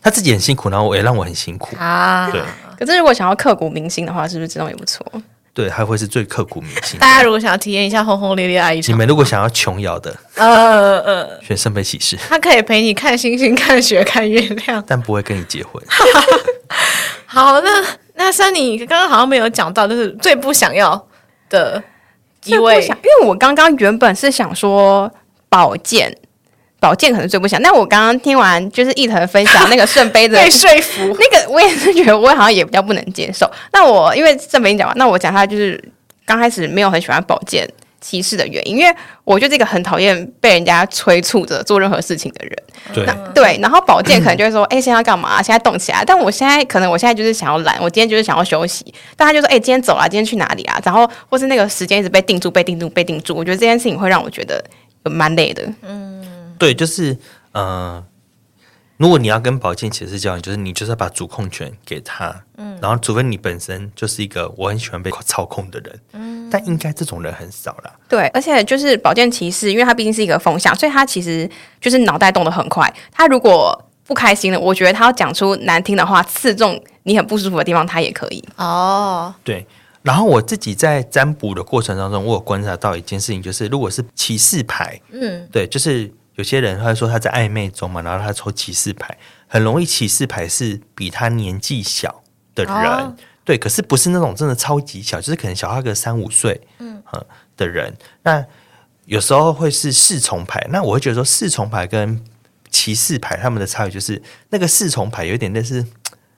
他自己很辛苦，然后也让我很辛苦啊。 对， 可是如果想要刻骨铭心的话，是不是这种也不错？ 对，还会是最刻骨铭心的。 大家如果想要体验一下轰轰烈烈爱一场， 你们如果想要琼瑶的，选圣杯骑士， 他可以陪你看星星、看雪、看月亮， 但不会跟你结婚。 好，那珊妮刚刚好像没有讲到，就是最不想要的一位， 因为我刚刚原本是想说宝剑可能最不想，但我刚刚听完就是一腾分享那个圣杯的被说服， 那个我也是觉得我好像也比较不能接受。那我因为圣杯讲完，那我讲他就是刚开始没有很喜欢宝剑骑士的原因，因为我就是一个很讨厌被人家催促着做任何事情的人。对，然后宝剑可能就会说，现在要干嘛？现在动起来。但我现在就是想要懒，我今天就是想要休息。但他就说，今天走啦，今天去哪里啊？然后或是那个时间一直被定住。我觉得这件事情会让我觉得蛮累的。 对，就是如果你要跟宝剑骑士交往，就是你就是要把主控权给他，然后除非你本身就是一个我很喜欢被操控的人，但应该这种人很少啦。 对，而且就是宝剑骑士，因为他毕竟是一个风象，所以他其实就是脑袋动得很快。他如果不开心了，我觉得他要讲出难听的话，刺中你很不舒服的地方，他也可以。 哦， 对。然后我自己在占卜的过程当中，我有观察到一件事情，就是如果是骑士牌，对，就是有些人他会说他在暧昧中嘛，然后他抽骑士牌，很容易骑士牌是比他年纪小的人，对，可是不是那种真的超级小，就是可能小他个3-5岁，的人。那有时候会是4重牌，那我会觉得说4重牌跟骑士牌他们的差异就是那个4重牌有点类似，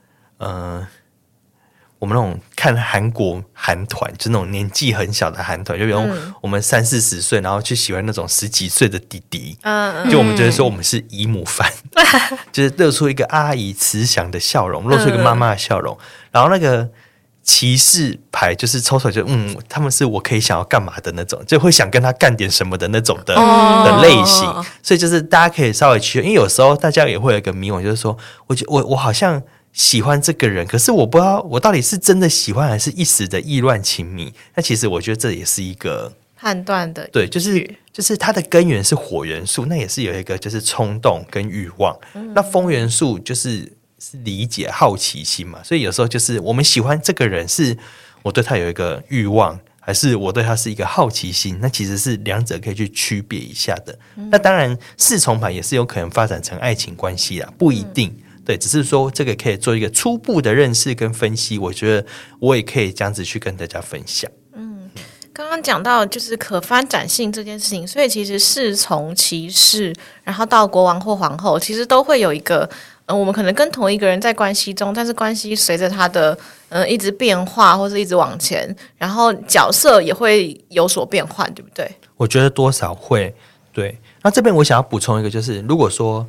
我们那种看韩国韩团，就那种年纪很小的韩团，就比如我们30-40岁，然后去喜欢那种10几岁的弟弟，就我们觉得说我们是姨母范，就是露出一个阿姨慈祥的笑容，露出一个妈妈的笑容，然后那个骑士牌就是抽出来就他们是我可以想要干嘛的那种，就会想跟他干点什么的那种的类型，所以就是大家可以稍微区分，因为有时候大家也会有一个迷惘，就是说我好像喜欢这个人，可是我不知道我到底是真的喜欢还是一时的意乱情迷。那其实我觉得这也是一个判断的， 对，就是它的根源是火元素，那也是有一个就是冲动跟欲望。那风元素就是理解好奇心嘛，所以有时候就是我们喜欢这个人，是我对他有一个欲望，还是我对他是一个好奇心？那其实是两者可以去区别一下的。那当然4重牌也是有可能发展成爱情关系啦，不一定。对，只是说这个可以做一个初步的认识跟分析，我觉得我也可以这样子去跟大家分享。 刚刚讲到就是可发展性这件事情，所以其实是从骑士，然后到国王或皇后，其实都会有一个我们可能跟同一个人在关系中，但是关系随着他的一直变化，或是一直往前，然后角色也会有所变换，对不对？ 我觉得多少会对。那这边我想要补充一个，就是如果说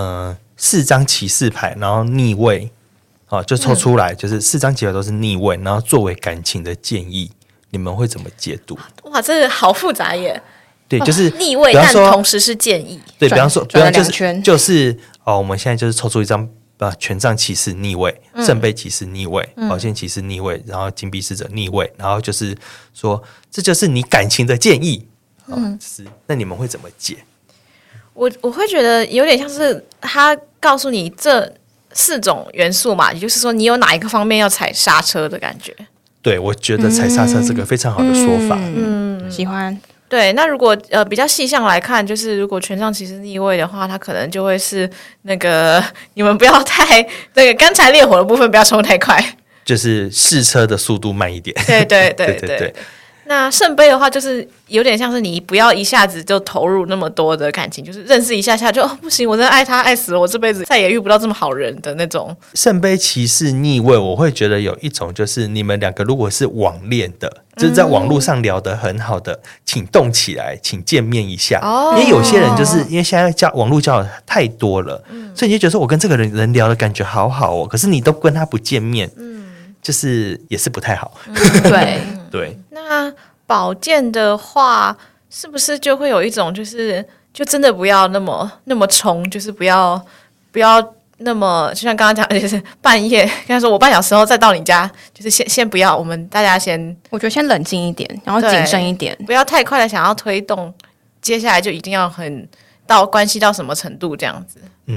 4张骑士牌，然后逆位，就抽出来，就是4张骑士牌都是逆位，然后作为感情的建议，你们会怎么解读？ 哇，这个好复杂耶！ 对，就是逆位，但同时是建议。 对，比方说就是我们现在就是抽出一张权杖骑士逆位，圣杯骑士逆位，宝剑骑士逆位，然后金币侍者逆位，然后就是说这就是你感情的建议。那你们会怎么解？ 我会觉得有点像是他告诉你这4种元素嘛，也就是说你有哪一个方面要踩刹车的感觉。 对，我觉得踩刹车是个非常好的说法。 喜欢。 对，那如果比较细项来看，就是如果权杖骑士逆位的话，它可能就会是那个你们不要太那个干柴烈火的部分不要冲太快， 就是试车的速度慢一点。 对。那圣杯的话，就是有点像是你不要一下子就投入那么多的感情，就是认识一下下就不行，我真的爱他爱死了，我这辈子再也遇不到这么好人的那种。 圣杯骑士逆位，我会觉得有一种就是你们两个如果是网恋的，就是在网络上聊得很好的，请动起来，请见面一下。因为有些人就是因为现在网络交友太多了，所以你就觉得说我跟这个人聊的感觉好好哦，可是你都跟他不见面，就是也是不太好。对。 那宝剑的话，是不是就会有一种就真的不要那么冲，就是不要那么，就像刚刚讲的，就是半夜跟他说我半小时后再到你家，就是先不要，我们大家先， 我觉得先冷静一点，然后谨慎一点， 不要太快的想要推动，接下来就一定要很到关系到什么程度这样子。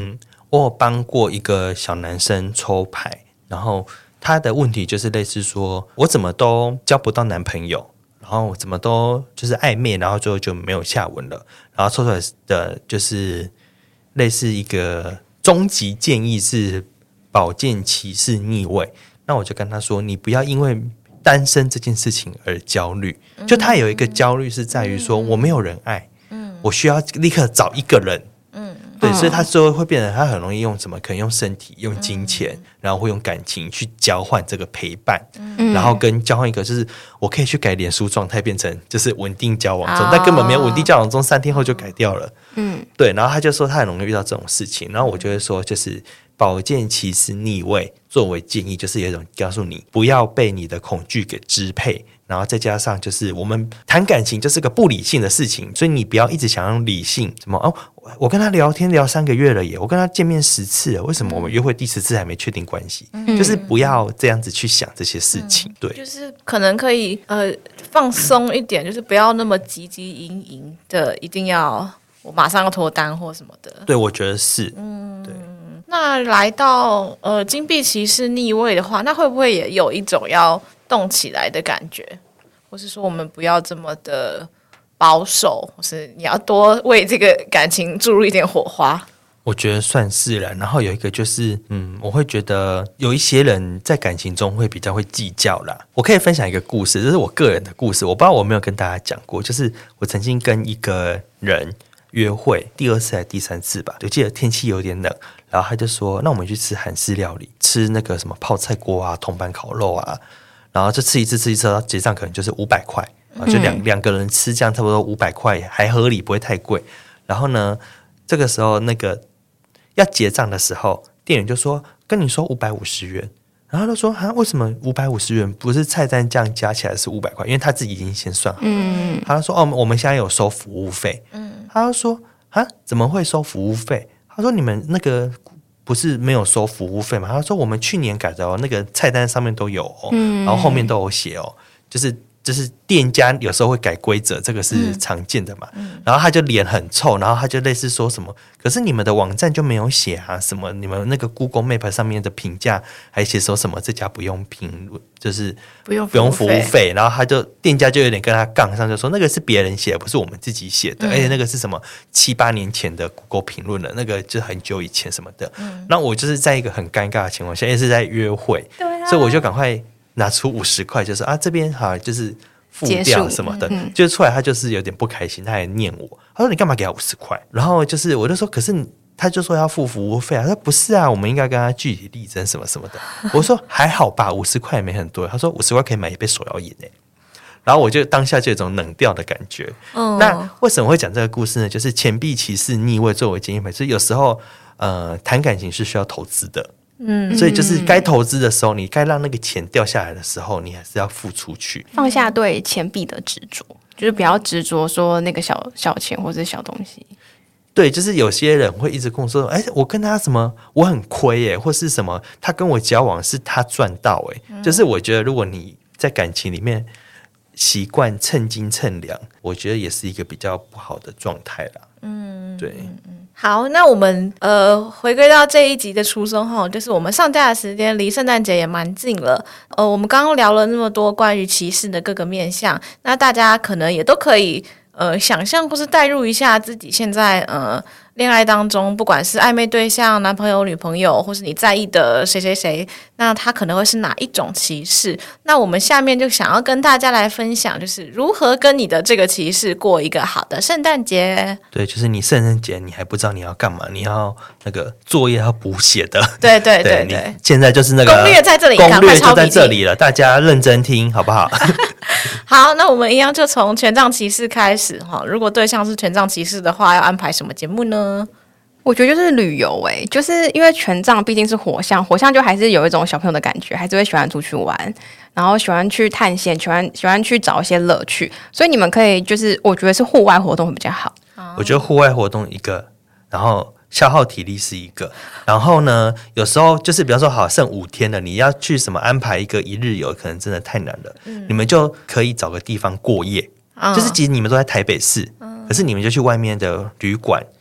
我有帮过一个小男生抽牌，然后他的问题就是类似说，我怎么都交不到男朋友，然后怎么都就是暧昧，然后最后就没有下文了。然后抽出来的就是类似一个终极建议是宝剑骑士逆位。那我就跟他说，你不要因为单身这件事情而焦虑。就他有一个焦虑是在于说，我没有人爱，我需要立刻找一个人。对，所以他最后会变成他很容易用什么？可能用身体、用金钱，然后会用感情去交换这个陪伴，然后跟交换一个就是我可以去改脸书状态，变成就是稳定交往中，但根本没有稳定交往中，3天后就改掉了。对，然后他就说他很容易遇到这种事情，然后我就会说就是宝剑骑士逆位作为建议，就是有一种告诉你不要被你的恐惧给支配。然后再加上就是我们谈感情就是个不理性的事情，所以你不要一直想用理性什么我跟他聊天聊3个月了耶，我跟他见面10次了，为什么我们约会第10次还没确定关系？就是不要这样子去想这些事情。对， 就是可能可以放松一点，就是不要那么汲汲营营的，一定要我马上要脱单或什么的。 对，我觉得是。对。 那来到金币骑士逆位的话，那会不会也有一种要动起来的感觉，或是说我们不要这么的保守，或是你要多为这个感情注入一点火花？ 我觉得算是了。然后有一个就是我会觉得有一些人在感情中会比较会计较啦。我可以分享一个故事，这是我个人的故事，我不知道我没有跟大家讲过，就是我曾经跟一个人约会，第2次还是第3次吧，我记得天气有点冷，然后他就说那我们去吃韩式料理，吃那个什么泡菜锅啊、铜板烤肉啊，然后就吃一次，然后结账可能就是500块，就两个人吃这样差不多500块，还合理，不会太贵。然后呢，这个时候那个要结账的时候，店员就说跟你说550元，然后他就说为什么550元不是菜单这样加起来是500块？因为他自己已经先算好了。他就说我们现在有收服务费。他就说怎么会收服务费？他说你们那个不是没有收服务费吗？他说我们去年改的那个菜单上面都有然后后面都有写就是店家有时候会改规则，这个是常见的嘛。然后他就脸很臭，然后他就类似说什么，可是你们的网站就没有写什么你们那个 Google Map 上面的评价还写说什么这家不用评论，就是不用服务费。然后店家就有点跟他杠上，就说那个是别人写的，不是我们自己写的，而且那个是什么7、8年前的 Google 评论了，那个就很久以前什么的。那我就是在一个很尴尬的情况下，也是在约会，所以我就赶快拿出50块，就是这边好就是付掉什么的，就出来他就是有点不开心，他还念我，他说你干嘛给他50块？然后就是我就说，可是他就说要付服务费他说不是我们应该跟他具体力争什么什么的。我说还好吧，50块也没很多。他说50块可以买一杯手摇饮然后我就当下就有一种冷掉的感觉。那为什么会讲这个故事呢？就是钱币骑士逆位作为建议牌，就是有时候谈感情是需要投资的。所以就是该投资的时候，你该让那个钱掉下来的时候，你还是要付出去， 放下对钱币的执着，就是不要执着说那个小钱或者小东西。 对，就是有些人会一直跟我说，我跟他什么我很亏或是什么他跟我交往是他赚到就是我觉得如果你在感情里面习惯称斤称两，我觉得也是一个比较不好的状态啦。对。 好，那我们回归到这一集的初衷哈，就是我们上架的时间离圣诞节也蛮近了。我们刚刚聊了那么多关于骑士的各个面向，那大家可能也都可以想象或是代入一下自己现在恋爱当中，不管是暧昧对象、男朋友、女朋友，或是你在意的谁谁谁，那他可能会是哪一种骑士？那我们下面就想要跟大家来分享，就是如何跟你的这个骑士过一个好的圣诞节。 对，就是你圣诞节你还不知道你要干嘛，你要那个作业要补写的。 对对对对， 现在就是那个攻略在这里， 攻略就在这里了，大家认真听好不好？ 好，那我们一样就从权杖骑士开始哈。如果对象是权杖骑士的话，要安排什么节目呢？ 我觉得就是旅游就是因为权杖毕竟是火象，火象就还是有一种小朋友的感觉，还是会喜欢出去玩，然后喜欢去探险，喜欢去找一些乐趣，所以你们可以就是我觉得是户外活动会比较好。 我觉得户外活动一个，然后消耗体力是一个，然后呢有时候就是比方说好剩5天了，你要去什么安排一个1日游可能真的太难了，你们就可以找个地方过夜，就是其实你们都在台北市，可是你们就去外面的旅馆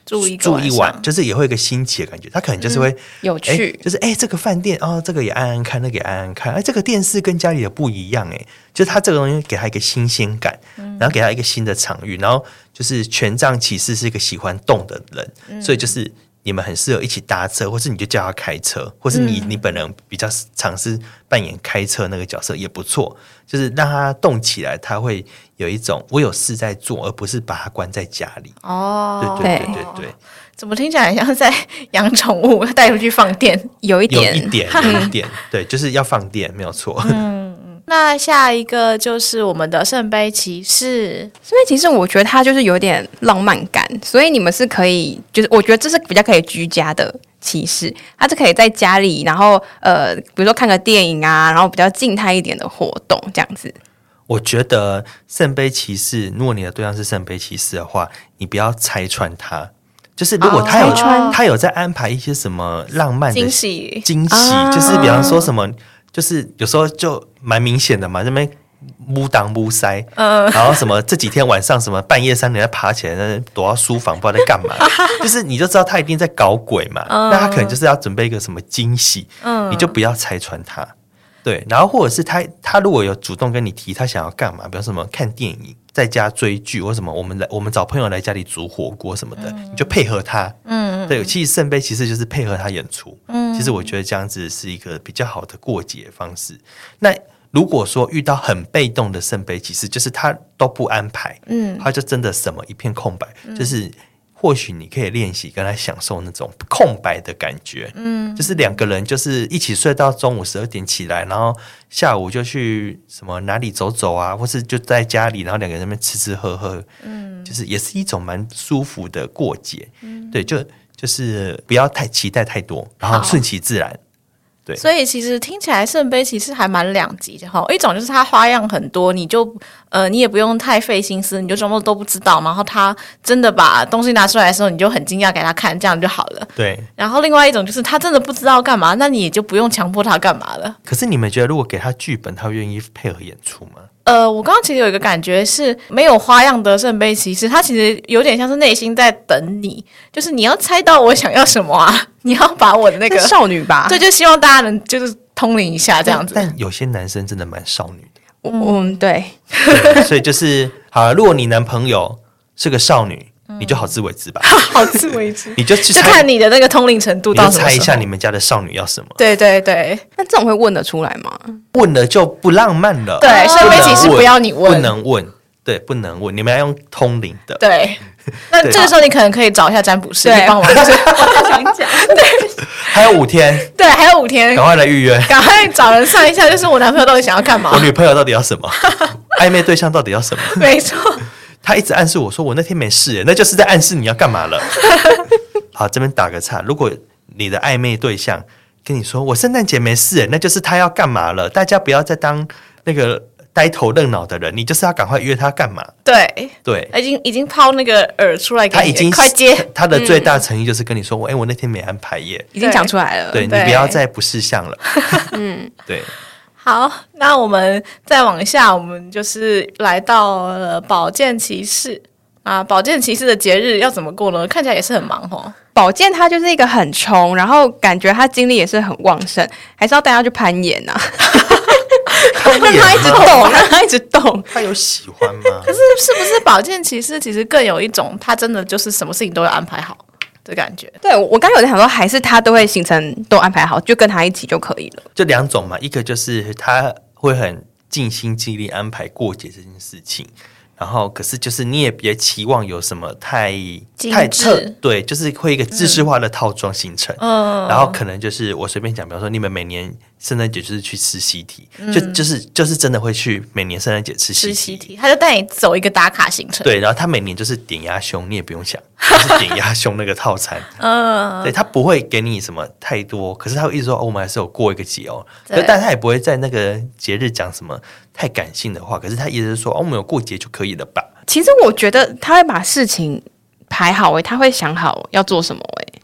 住一晚， 就是也会有一个新奇的感觉。他可能就是会、 有趣， 就是这个饭店这个也按按看，那个也按按看，这个电视跟家里的不一样，就是他这个东西给他一个新鲜感，然后给他一个新的场域，然后就是权杖骑士是一个喜欢动的人，所以就是你们很适合一起搭车，或是你就叫他开车，或是你本人比较尝试扮演开车那个角色也不错，就是让他动起来，他会有一种我有事在做，而不是把他关在家里。对， 怎么听起来很像是在养宠物，带出去放电？ 有一点， 对，就是要放电，没有错。 那下一个就是我们的圣杯骑士。 圣杯骑士，我觉得它就是有点浪漫感，所以你们是可以，就是我觉得这是比较可以居家的骑士，它是可以在家里，然后比如说看个电影啊，然后比较静态一点的活动这样子。 我觉得圣杯骑士，如果你的对象是圣杯骑士的话，你不要拆穿他。就是如果他有在安排一些什么浪漫的惊喜， 就是比方说什么。就是有时候就蛮明显的嘛，这边木当木塞，然后什么这几天晚上什么半夜3点爬起来躲到书房不知道在干嘛，就是你就知道他一定在搞鬼嘛，那他可能就是要准备一个什么惊喜，你就不要拆穿他。对，然后或者是他如果有主动跟你提他想要干嘛，比如什么看电影、在家追剧，或什么我们找朋友来家里煮火锅什么的，你就配合他。对，其实圣杯其实就是配合他演出。其实我觉得这样子是一个比较好的过节方式。那如果说遇到很被动的圣杯骑士，就是他都不安排，他就真的什么一片空白，就是或许你可以练习跟他享受那种空白的感觉，就是2个人就是一起睡到中午12点起来，然后下午就去什么哪里走走啊，或是就在家里，然后2个人在那边吃喝喝，就是也是一种蛮舒服的过节，对，就是不要太期待太多，然后顺其自然。对， 所以其实听起来圣杯骑士还蛮两极的哈。一种就是它花样很多，你也不用太费心思，你就什么都不知道，然后他真的把东西拿出来的时候，你就很惊讶给他看，这样就好了。 对。 然后另外一种就是他真的不知道干嘛，那你也就不用强迫他干嘛了。 可是你们觉得，如果给他剧本，他会愿意配合演出吗？ 我刚刚其实有一个感觉是没有花样的圣杯骑士，他其实有点像是内心在等你，就是你要猜到我想要什么啊，你要把我的那个少女吧， 对，就希望大家能就是通灵一下这样子。 但有些男生真的蛮少女的，对， 所以就是好，如果你男朋友是个少女，你就好自为之吧。 好自为之， 你就去就看你的那个通灵程度到什么时候， 你就猜一下你们家的少女要什么。 对对对， 那这种会问得出来吗？ 问了就不浪漫了。 对，圣杯骑士不要你问， 不能问，对，不能问，你们要用通灵的。 对，那这个时候你可能可以找一下占卜师， 对， 帮忙。就是我想讲，对， 还有5天， 对，还有5天， 赶快来预约， 赶快找人算一下，就是我男朋友到底想要干嘛， 我女朋友到底要什么，暧昧对象到底要什么？ 没错。 他一直暗示我说我那天没事，那就是在暗示你要干嘛了。好，这边打个岔，如果你的暧昧对象跟你说我圣诞节没事，那就是他要干嘛了。大家不要再当那个呆头愣脑的人，你就是要赶快约他干嘛。对， 已经抛那个饵出来给你， 他已经快接。他的最大诚意就是跟你说我那天没安排耶， 已经讲出来了。 对，你不要再不识相了。对。 好，那我们再往下，我们就是来到了宝剑骑士啊。宝剑骑士的节日要怎么过呢？看起来也是很忙哦。 宝剑他就是一个很冲，然后感觉他精力也是很旺盛，还是要带他去攀岩啊。让他一直动，让他一直动。 他有喜欢吗？ 可是是不是宝剑骑士其实更有一种，他真的就是什么事情都要安排好的感觉？ 对，我刚刚有在想说，还是他都会行程都安排好，就跟他一起就可以了。 就2种嘛，一个就是他会很尽心尽力安排过节这件事情，然后可是就是你也别期望有什么太对，就是会一个制式化的套装行程。然后可能就是我随便讲，比方说你们每年圣诞节就是去吃西提，就是真的会去每年圣诞节吃西提， 他就带你走一个打卡行程。 对，然后他每年就是点鸭胸，你也不用想，就是点鸭胸那个套餐。对，他不会给你什么太多，可是他会一直说我们还是有过一个节哦，但他也不会在那个节日讲什么太感性的话，可是他一直说我们有过节就可以了吧。 其实我觉得他会把事情排好他会想好要做什么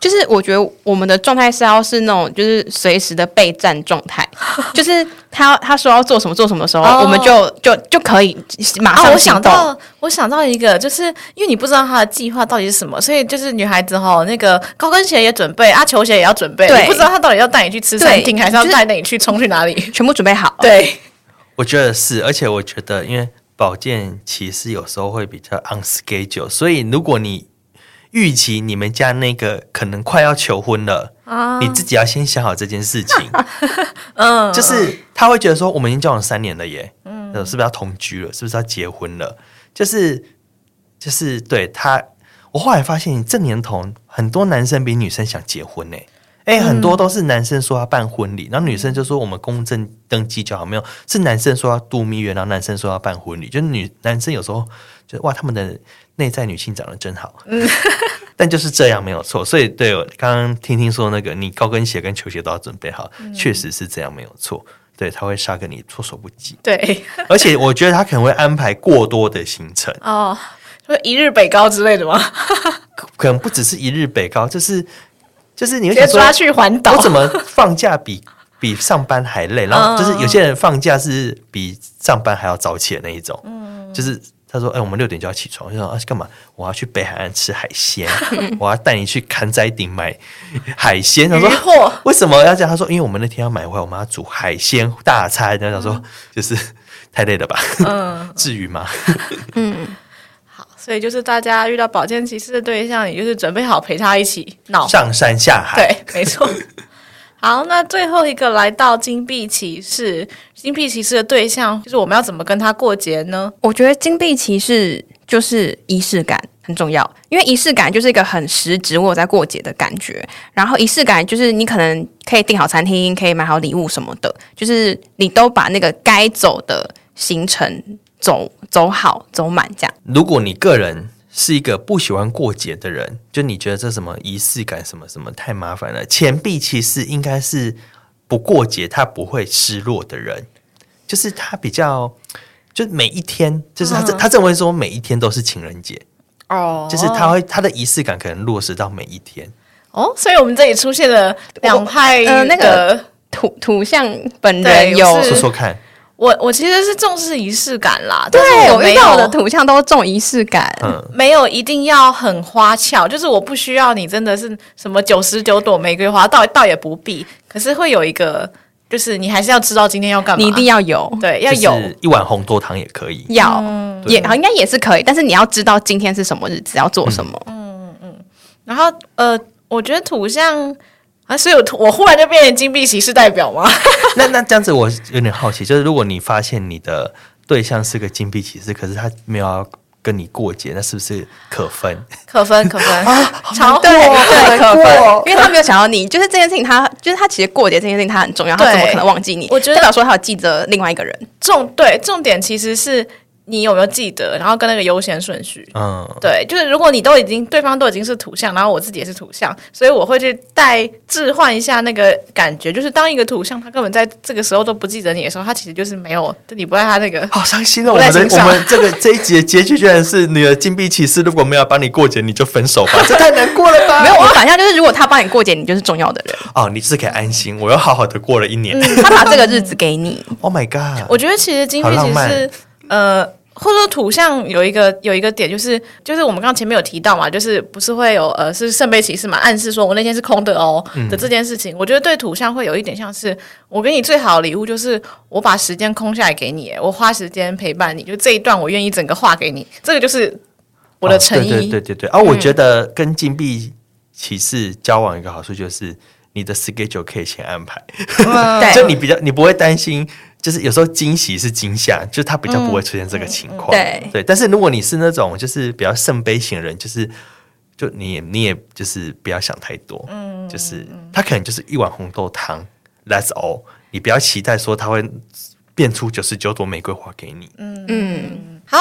就是我觉得我们的状态是要是那种就是随时的备战状态，就是他说要做什么做什么的时候，我们就可以马上行动。 我想到一个，就是因为你不知道他的计划到底是什么，所以就是女孩子那个高跟鞋也准备啊，球鞋也要准备，你不知道他到底要带你去吃餐厅，还是要带你去冲去哪里， 全部准备好。 对， 我觉得是，而且我觉得因为保健骑士有时候会比较 on schedule， 所以如果你预期你们家那个可能快要求婚了，你自己要先想好这件事情。就是他会觉得说，我们已经交往3年了耶，是不是要同居了？是不是要结婚了？就是对他，我后来发现这年头很多男生比女生想结婚呢。很多都是男生说要办婚礼，然后女生就说我们公证登记就好，没有是男生说要度蜜月，然后男生说要办婚礼，就是男生有时候就哇，他们的内在女性长得真好，但就是这样没有错。所以对我刚刚听说那个你高跟鞋跟球鞋都要准备好，确实是这样没有错。对，他会杀个你措手不及。 对， 而且我觉得他可能会安排过多的行程就一日北高之类的吗？ 可能不只是一日北高，就是你会想说， 直接抓去环岛， 我怎么放假比上班还累？然后就是有些人放假是比上班还要早起的那一种。就是他说：“我们6点就要起床。”我就说：“干嘛？我要去北海岸吃海鲜，我要带你去坎仔顶买海鲜。”他说：“为什么要这样？”他说：“因为我们那天要买回来，我们要煮海鲜大餐。”然后想说：“就是太累了吧？至于吗？” 所以就是大家遇到保健骑士的对象，你就是准备好陪他一起闹上山下海。 对，没错。好，那最后一个来到金币骑士，金币骑士的对象就是我们要怎么跟他过节呢？ 我觉得金币骑士就是仪式感很重要，因为仪式感就是一个很实质我在过节的感觉。然后仪式感就是你可能可以订好餐厅，可以买好礼物什么的，就是你都把那个该走的行程走好走满这样。 如果你个人是一个不喜欢过节的人，就你觉得这什么仪式感什么什么太麻烦了，钱币其实应该是不过节他不会失落的人，就是他比较就每一天，就是他认为说每一天都是情人节就是他的仪式感可能落实到每一天所以我们这里出现了两派那个土象本人有说说看。 我其实是重视仪式感啦， 对， 但是我遇到的土象都重仪式感， 没有一定要很花俏，就是我不需要你真的是什么99朵玫瑰花，倒也不必，可是会有一个，就是你还是要知道今天要干嘛， 你一定要有， 对，要有就是一碗红豆汤也可以， 要也应该也是可以，但是你要知道今天是什么日子，要做什么， 然后我觉得土象。所以我忽然就变成金币骑士代表吗？ 那这样子我有点好奇，就是如果你发现你的对象是个金币骑士，可是他没有要跟你过节，那是不是可分？ 可分超火， 对，可分，因为他没有想到你，就是这件事情他其实过节这件事情他很重要，他怎么可能忘记你？ 我觉得代表说他有记着另外一个人。 重点其实是你有没有记得，然后跟那个优先顺序。对，就是如果你对方都已经是土象，然后我自己也是土象，所以我会去置换一下那个感觉，就是当一个土象他根本在这个时候都不记得你的时候，他其实就是没有，你不在他那个。 好伤心哦！我们这一集的结局居然是你的金币骑士如果没有帮你过节，你就分手吧，这太难过了吧？ 没有，我反向就是如果他帮你过节，你就是重要的人。 你是可以安心，我又好好的过了1年。 他把这个日子给你。 Oh my god！ 我觉得其实金币骑士或者说土象有一个点就是我们刚刚前面有提到嘛，就是不是会有是圣杯骑士嘛，暗示说我那天是空的的这件事情，我觉得对土象会有一点像是我给你最好的礼物就是我把时间空下来给你，我花时间陪伴你，就这一段我愿意整个画给你，这个就是我的诚意。 对。我觉得跟金币骑士交往一个好处就是你的 schedule 可以先安排，就你不会担心。就是有时候惊喜是惊吓，就是他比较不会出现这个情况。对，但是如果你是那种就是比较圣杯型的人，就你也就是不要想太多，就是他可能就是一碗红豆汤 ，That's all。你不要期待说他会变出99朵玫瑰花给你。 好，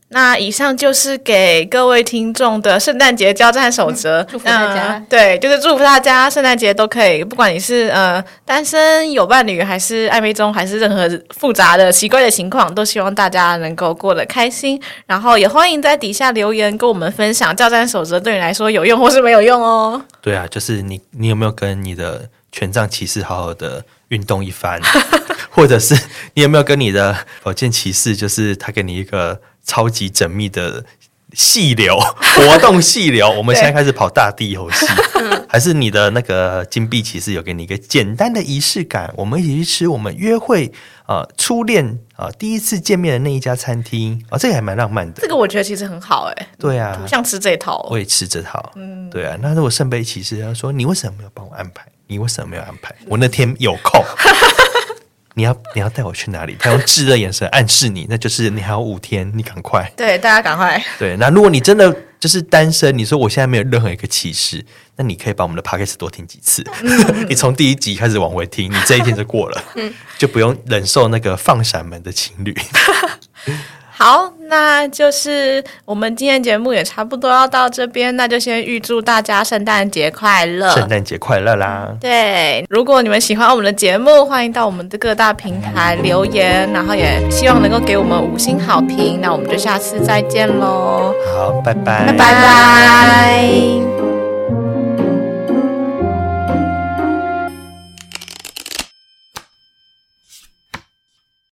那以上就是给各位听众的圣诞节交战守则， 祝福大家。 对，就是祝福大家圣诞节都可以，不管你是单身有伴侣，还是暧昧中，还是任何复杂的奇怪的情况，都希望大家能够过得开心。然后也欢迎在底下留言跟我们分享交战守则对你来说有用或是没有用哦。 对啊，就是你有没有跟你的权杖骑士好好的运动一番，或者是你有没有跟你的宝剑骑士，就是他给你一个超级缜密的细流活动细流，我们现在开始跑大地游戏，还是你的那个金币骑士有给你一个简单的仪式感，我们一起去吃我们约会初恋第一次见面的那一家餐厅这个还蛮浪漫的。 这个我觉得其实很好对啊， 像吃这套我也吃这套。对啊，那如果圣杯骑士他说你为什么没有帮我安排？你为什么没有安排？我那天有空。你要带我去哪里？他用炙热眼神暗示你，那就是你还有5天，你赶快。 对，大家赶快。 对，那如果你真的就是单身，你说我现在没有任何一个骑士，那你可以把我们的 podcast 多听几次。你从第1集开始往回听，你这一天就过了，就不用忍受那个放闪门的情侣。 好，那就是我们今天节目也差不多要到这边，那就先预祝大家圣诞节快乐！ 圣诞节快乐啦！ 对，如果你们喜欢我们的节目，欢迎到我们的各大平台留言，然后也希望能够给我们5星好评。那我们就下次再见喽！ 好，拜拜， 拜拜。